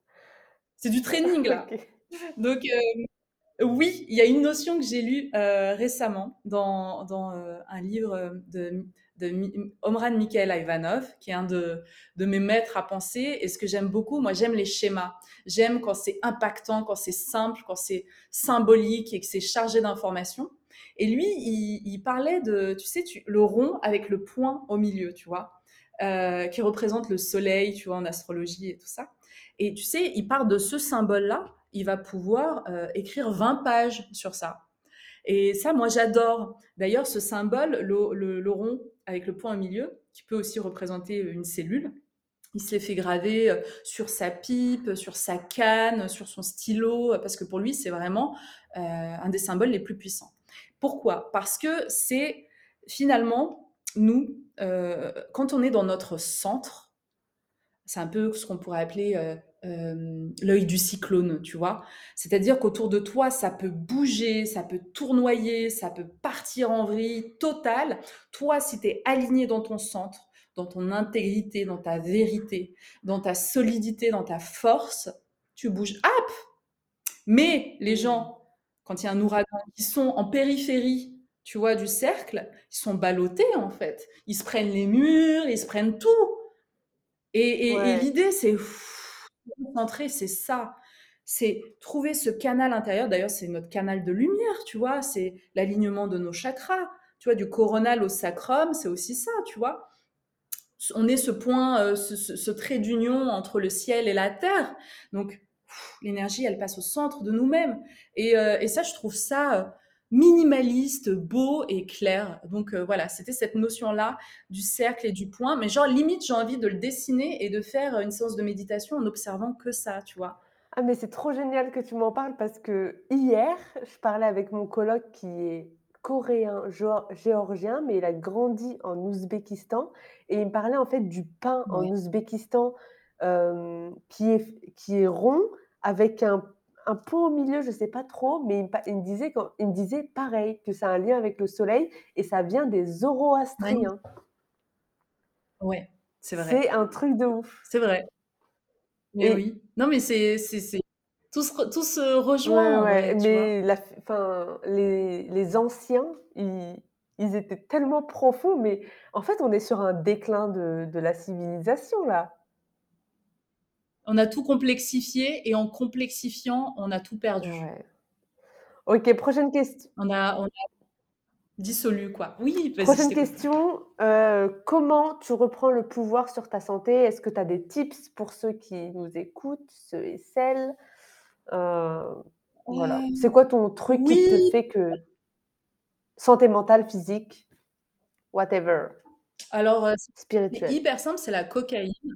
C'est du training là. OK. Donc heu oui, il y a une notion que j'ai lue euh, récemment dans, dans euh, un livre euh, de, de Mi- Omran Mikhail Ivanov, qui est un de, de mes maîtres à penser. Et ce que j'aime beaucoup, moi j'aime les schémas. J'aime quand c'est impactant, quand c'est simple, quand c'est symbolique et que c'est chargé d'informations. Et lui, il, il parlait de, tu sais, tu, le rond avec le point au milieu, tu vois, euh, qui représente le soleil, tu vois, en astrologie et tout ça. Et tu sais, il part de ce symbole-là, il va pouvoir euh, écrire vingt pages sur ça. Et ça, moi, j'adore. D'ailleurs, ce symbole, le, le, le rond avec le point au milieu, qui peut aussi représenter une cellule, il se les fait graver euh, sur sa pipe, sur sa canne, sur son stylo, parce que pour lui, c'est vraiment euh, un des symboles les plus puissants. Pourquoi? Parce que c'est finalement, nous, euh, quand on est dans notre centre, c'est un peu ce qu'on pourrait appeler euh, euh, l'œil du cyclone, tu vois. C'est-à-dire qu'autour de toi, ça peut bouger, ça peut tournoyer, ça peut partir en vrille totale. Toi, si tu es aligné dans ton centre, dans ton intégrité, dans ta vérité, dans ta solidité, dans ta force, tu bouges. Ah, mais les Mmh. gens, quand il y a un ouragan, qui sont en périphérie, tu vois, du cercle, ils sont ballottés en fait. Ils se prennent les murs, ils se prennent tout. Et, et, et Ouais. l'idée, c'est concentrer, c'est ça. C'est trouver ce canal intérieur. D'ailleurs, c'est notre canal de lumière, tu vois. C'est l'alignement de nos chakras. Tu vois, du coronal au sacrum, c'est aussi ça, tu vois. On est ce point, euh, ce, ce- ce trait d'union entre le ciel et la terre. Donc, pff, l'énergie, elle passe au centre de nous-mêmes. Et, euh, et ça, je trouve ça euh, minimaliste, beau et clair. Donc euh, voilà, c'était cette notion-là du cercle et du point. Mais genre, limite, j'ai envie de le dessiner et de faire une séance de méditation en observant que ça, tu vois. Ah mais c'est trop génial que tu m'en parles parce que hier, je parlais avec mon coloc qui est coréen, géor géorgien, mais il a grandi en Ouzbékistan et il me parlait en fait du pain en Ouais. Ouzbékistan, hem, qui est qui est rond avec un un point au milieu, je sais pas trop, mais il me pa il me disait quand il me disait pareil, que ça a un lien avec le soleil et ça vient des Ouais, Zoroastriens. ouais, c'est vrai. C'est un truc de ouf C'est vrai. Mais et oui. Non, mais c'est, c'est, c'est... Tout se, re- tout se ouais, rejoint en ouais, vrai, tu vois. mais la f enfin, les les anciens, ils ils étaient tellement profonds, mais en fait, on est sur un déclin de de la civilisation, là. On a tout complexifié et en complexifiant, on a tout perdu. Ouais. OK, prochaine question. On a, on a dissolu, quoi. Oui, vas-y, je Prochaine t'écoute. question, heu, comment tu reprends le pouvoir sur ta santé? Est-ce que tu as des tips pour ceux qui nous écoutent, ceux et celles? Heu, voilà. Euh, C'est quoi ton truc qui te oui, fait que santé mentale, physique, whatever, alors euh, c'est spirituelle? hyper simple, c'est la cocaïne.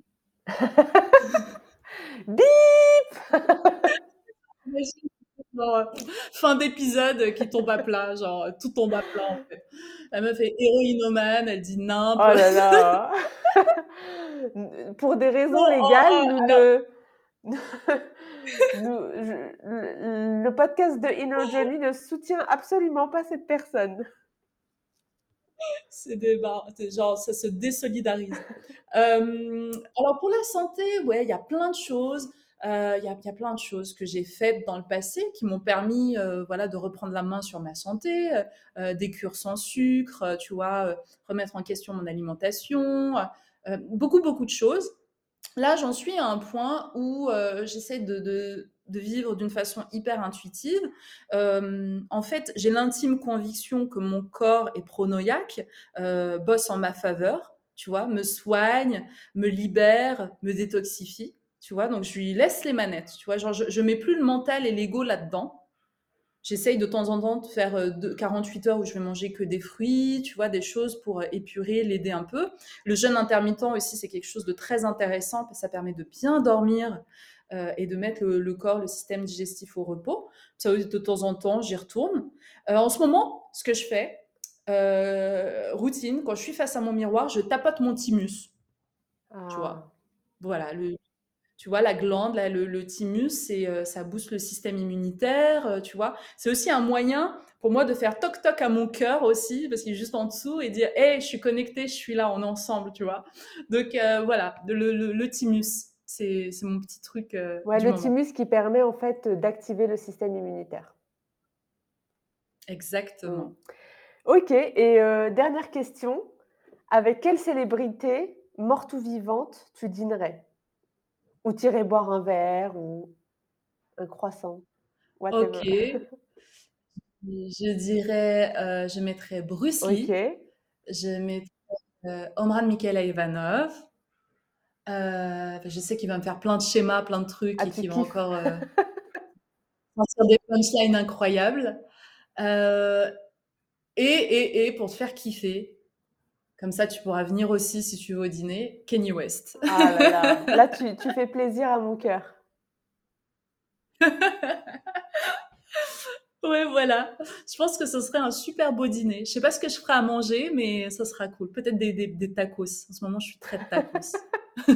Bip! Imagine, genre, euh, fin d'épisode qui tombe à plat, genre tout tombe à plat en fait. La meuf est héroïnomane, elle dit nimp. Oh là là! Pour des Non, raisons oh, légales, oh, nous alors, ne nous je le le podcast de Inner Journey ne soutient absolument pas cette personne. c'est des bar- c'est genre, ça se désolidarise. Euh, alors pour la santé, ouais, il y a plein de choses. Euh, Il y, a, il y a plein de choses que j'ai faites dans le passé qui m'ont permis, euh, voilà, de reprendre la main sur ma santé, euh, euh, des cures sans sucre, euh, tu vois, euh, remettre en question mon alimentation, euh, beaucoup beaucoup de choses. Là, j'en suis à un point où euh, j'essaie de, de de vivre d'une façon hyper intuitive. Euh, en fait, j'ai l'intime conviction que mon corps est pronoïaque, euh, bosse en ma faveur, tu vois, me soigne, me libère, me détoxifie, tu vois. Donc, je lui laisse les manettes, tu vois. Genre, je, je mets plus le mental et l'ego là-dedans. J'essaye de temps en temps de faire euh, de- quarante-huit heures où je vais manger que des fruits, tu vois, des choses pour euh, épurer, l'aider un peu. Le jeûne intermittent aussi, c'est quelque chose de très intéressant parce que ça permet de bien dormir euh, et de mettre le, le corps, le système digestif au repos. Ça, oui, de temps en temps, j'y retourne. Euh, en ce moment, ce que je fais, euh, routine, quand je suis face à mon miroir, je tapote mon thymus, tu Ah. vois. Voilà, le, tu vois, la glande, là, le, le thymus, c'est, euh, ça booste le système immunitaire, euh, tu vois. C'est aussi un moyen pour moi de faire toc-toc à mon cœur aussi, parce qu'il est juste en dessous, et dire, hey, je suis connectée, je suis là, on est ensemble, tu vois. Donc euh, voilà, le, le, le thymus, c'est, c'est mon petit truc euh, Ouais, du le moment. thymus qui permet en fait d'activer le système immunitaire. Mmh. Exactement. OK et heu, dernière question, avec quelle célébrité, morte ou vivante, tu dînerais? Ou tu irais boire un verre ou un croissant? Ok, Whatever. je dirais, euh, je mettrais Bruce Lee, OK. je mettrais euh, Omran Mikhail-Ivanov. Euh, je sais qu'il va me faire plein de schémas, plein de trucs Ah, et tu qu'il va kiffes? encore euh, sortir des punchlines incroyables. Euh, et, et, et pour te faire kiffer, comme ça tu pourras venir aussi si tu veux au dîner, Kanye West. Ah là là, là tu tu fais plaisir à mon cœur. Ouais, voilà. Je pense que ce serait un super beau dîner. Je sais pas ce que je ferai à manger, mais ça sera cool. Peut-être des, des, des tacos. En ce moment, je suis très tacos.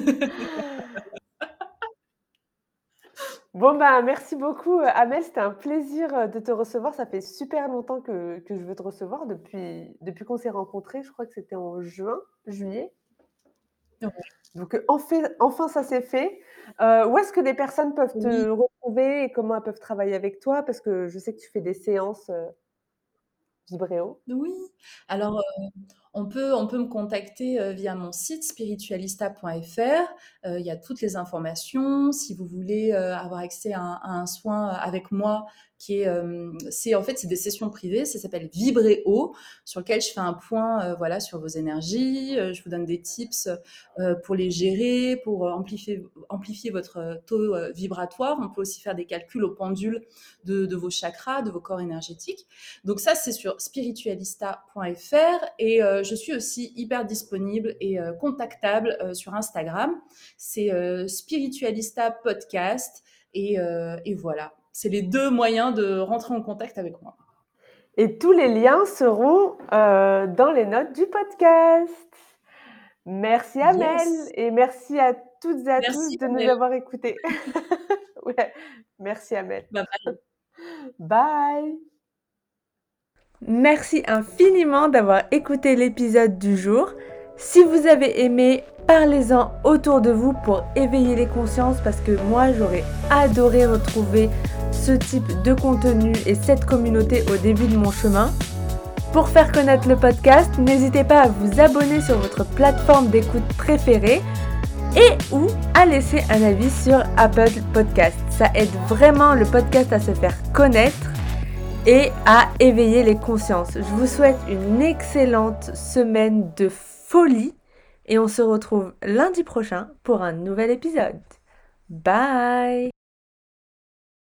Bon, bah, merci beaucoup, heu, Amel, c'était un plaisir, heu, de te recevoir. Ça fait super longtemps que que je veux te recevoir depuis depuis qu'on s'est rencontrés, je crois que c'était en juin, juillet. Donc, heu, en fait enfin ça s'est fait. Heu, où est-ce que les personnes peuvent Oui, te retrouver et comment elles peuvent travailler avec toi? Parce que je sais que tu fais des séances, heu, vibréo. oui. Alors, On peut, on peut me contacter euh, via mon site spiritualista point f r. Euh, Il y a toutes les informations. Si vous voulez euh, avoir accès à un, à un soin avec moi, qui est, euh, c'est en fait c'est des sessions privées. Ça s'appelle Vibréo, sur lequel je fais un point, euh, voilà, sur vos énergies. Euh, je vous donne des tips euh, pour les gérer, pour euh, amplifier, amplifier votre taux euh, vibratoire. On peut aussi faire des calculs au pendule de, de vos chakras, de vos corps énergétiques. Donc ça, c'est sur spiritualista point f r et euh, je suis aussi hyper disponible et euh, contactable euh, sur Instagram. C'est euh, Spiritualista Podcast et, euh, et voilà. C'est les deux moyens de rentrer en contact avec moi. Et tous les liens seront, heu, dans les notes du podcast. Merci Amel Yes. et merci à toutes et à tous Merci, de nous Amel. avoir écoutés. Ouais, merci Amel. Bye bye. Bye. Merci infiniment d'avoir écouté l'épisode du jour. Si vous avez aimé, parlez-en autour de vous pour éveiller les consciences parce que moi j'aurais adoré retrouver ce type de contenu et cette communauté au début de mon chemin. Pour faire connaître le podcast, n'hésitez pas à vous abonner sur votre plateforme d'écoute préférée et ou à laisser un avis sur Apple Podcast. Ça aide vraiment le podcast à se faire connaître et à éveiller les consciences. Je vous souhaite une excellente semaine de folie et on se retrouve lundi prochain pour un nouvel épisode. Bye!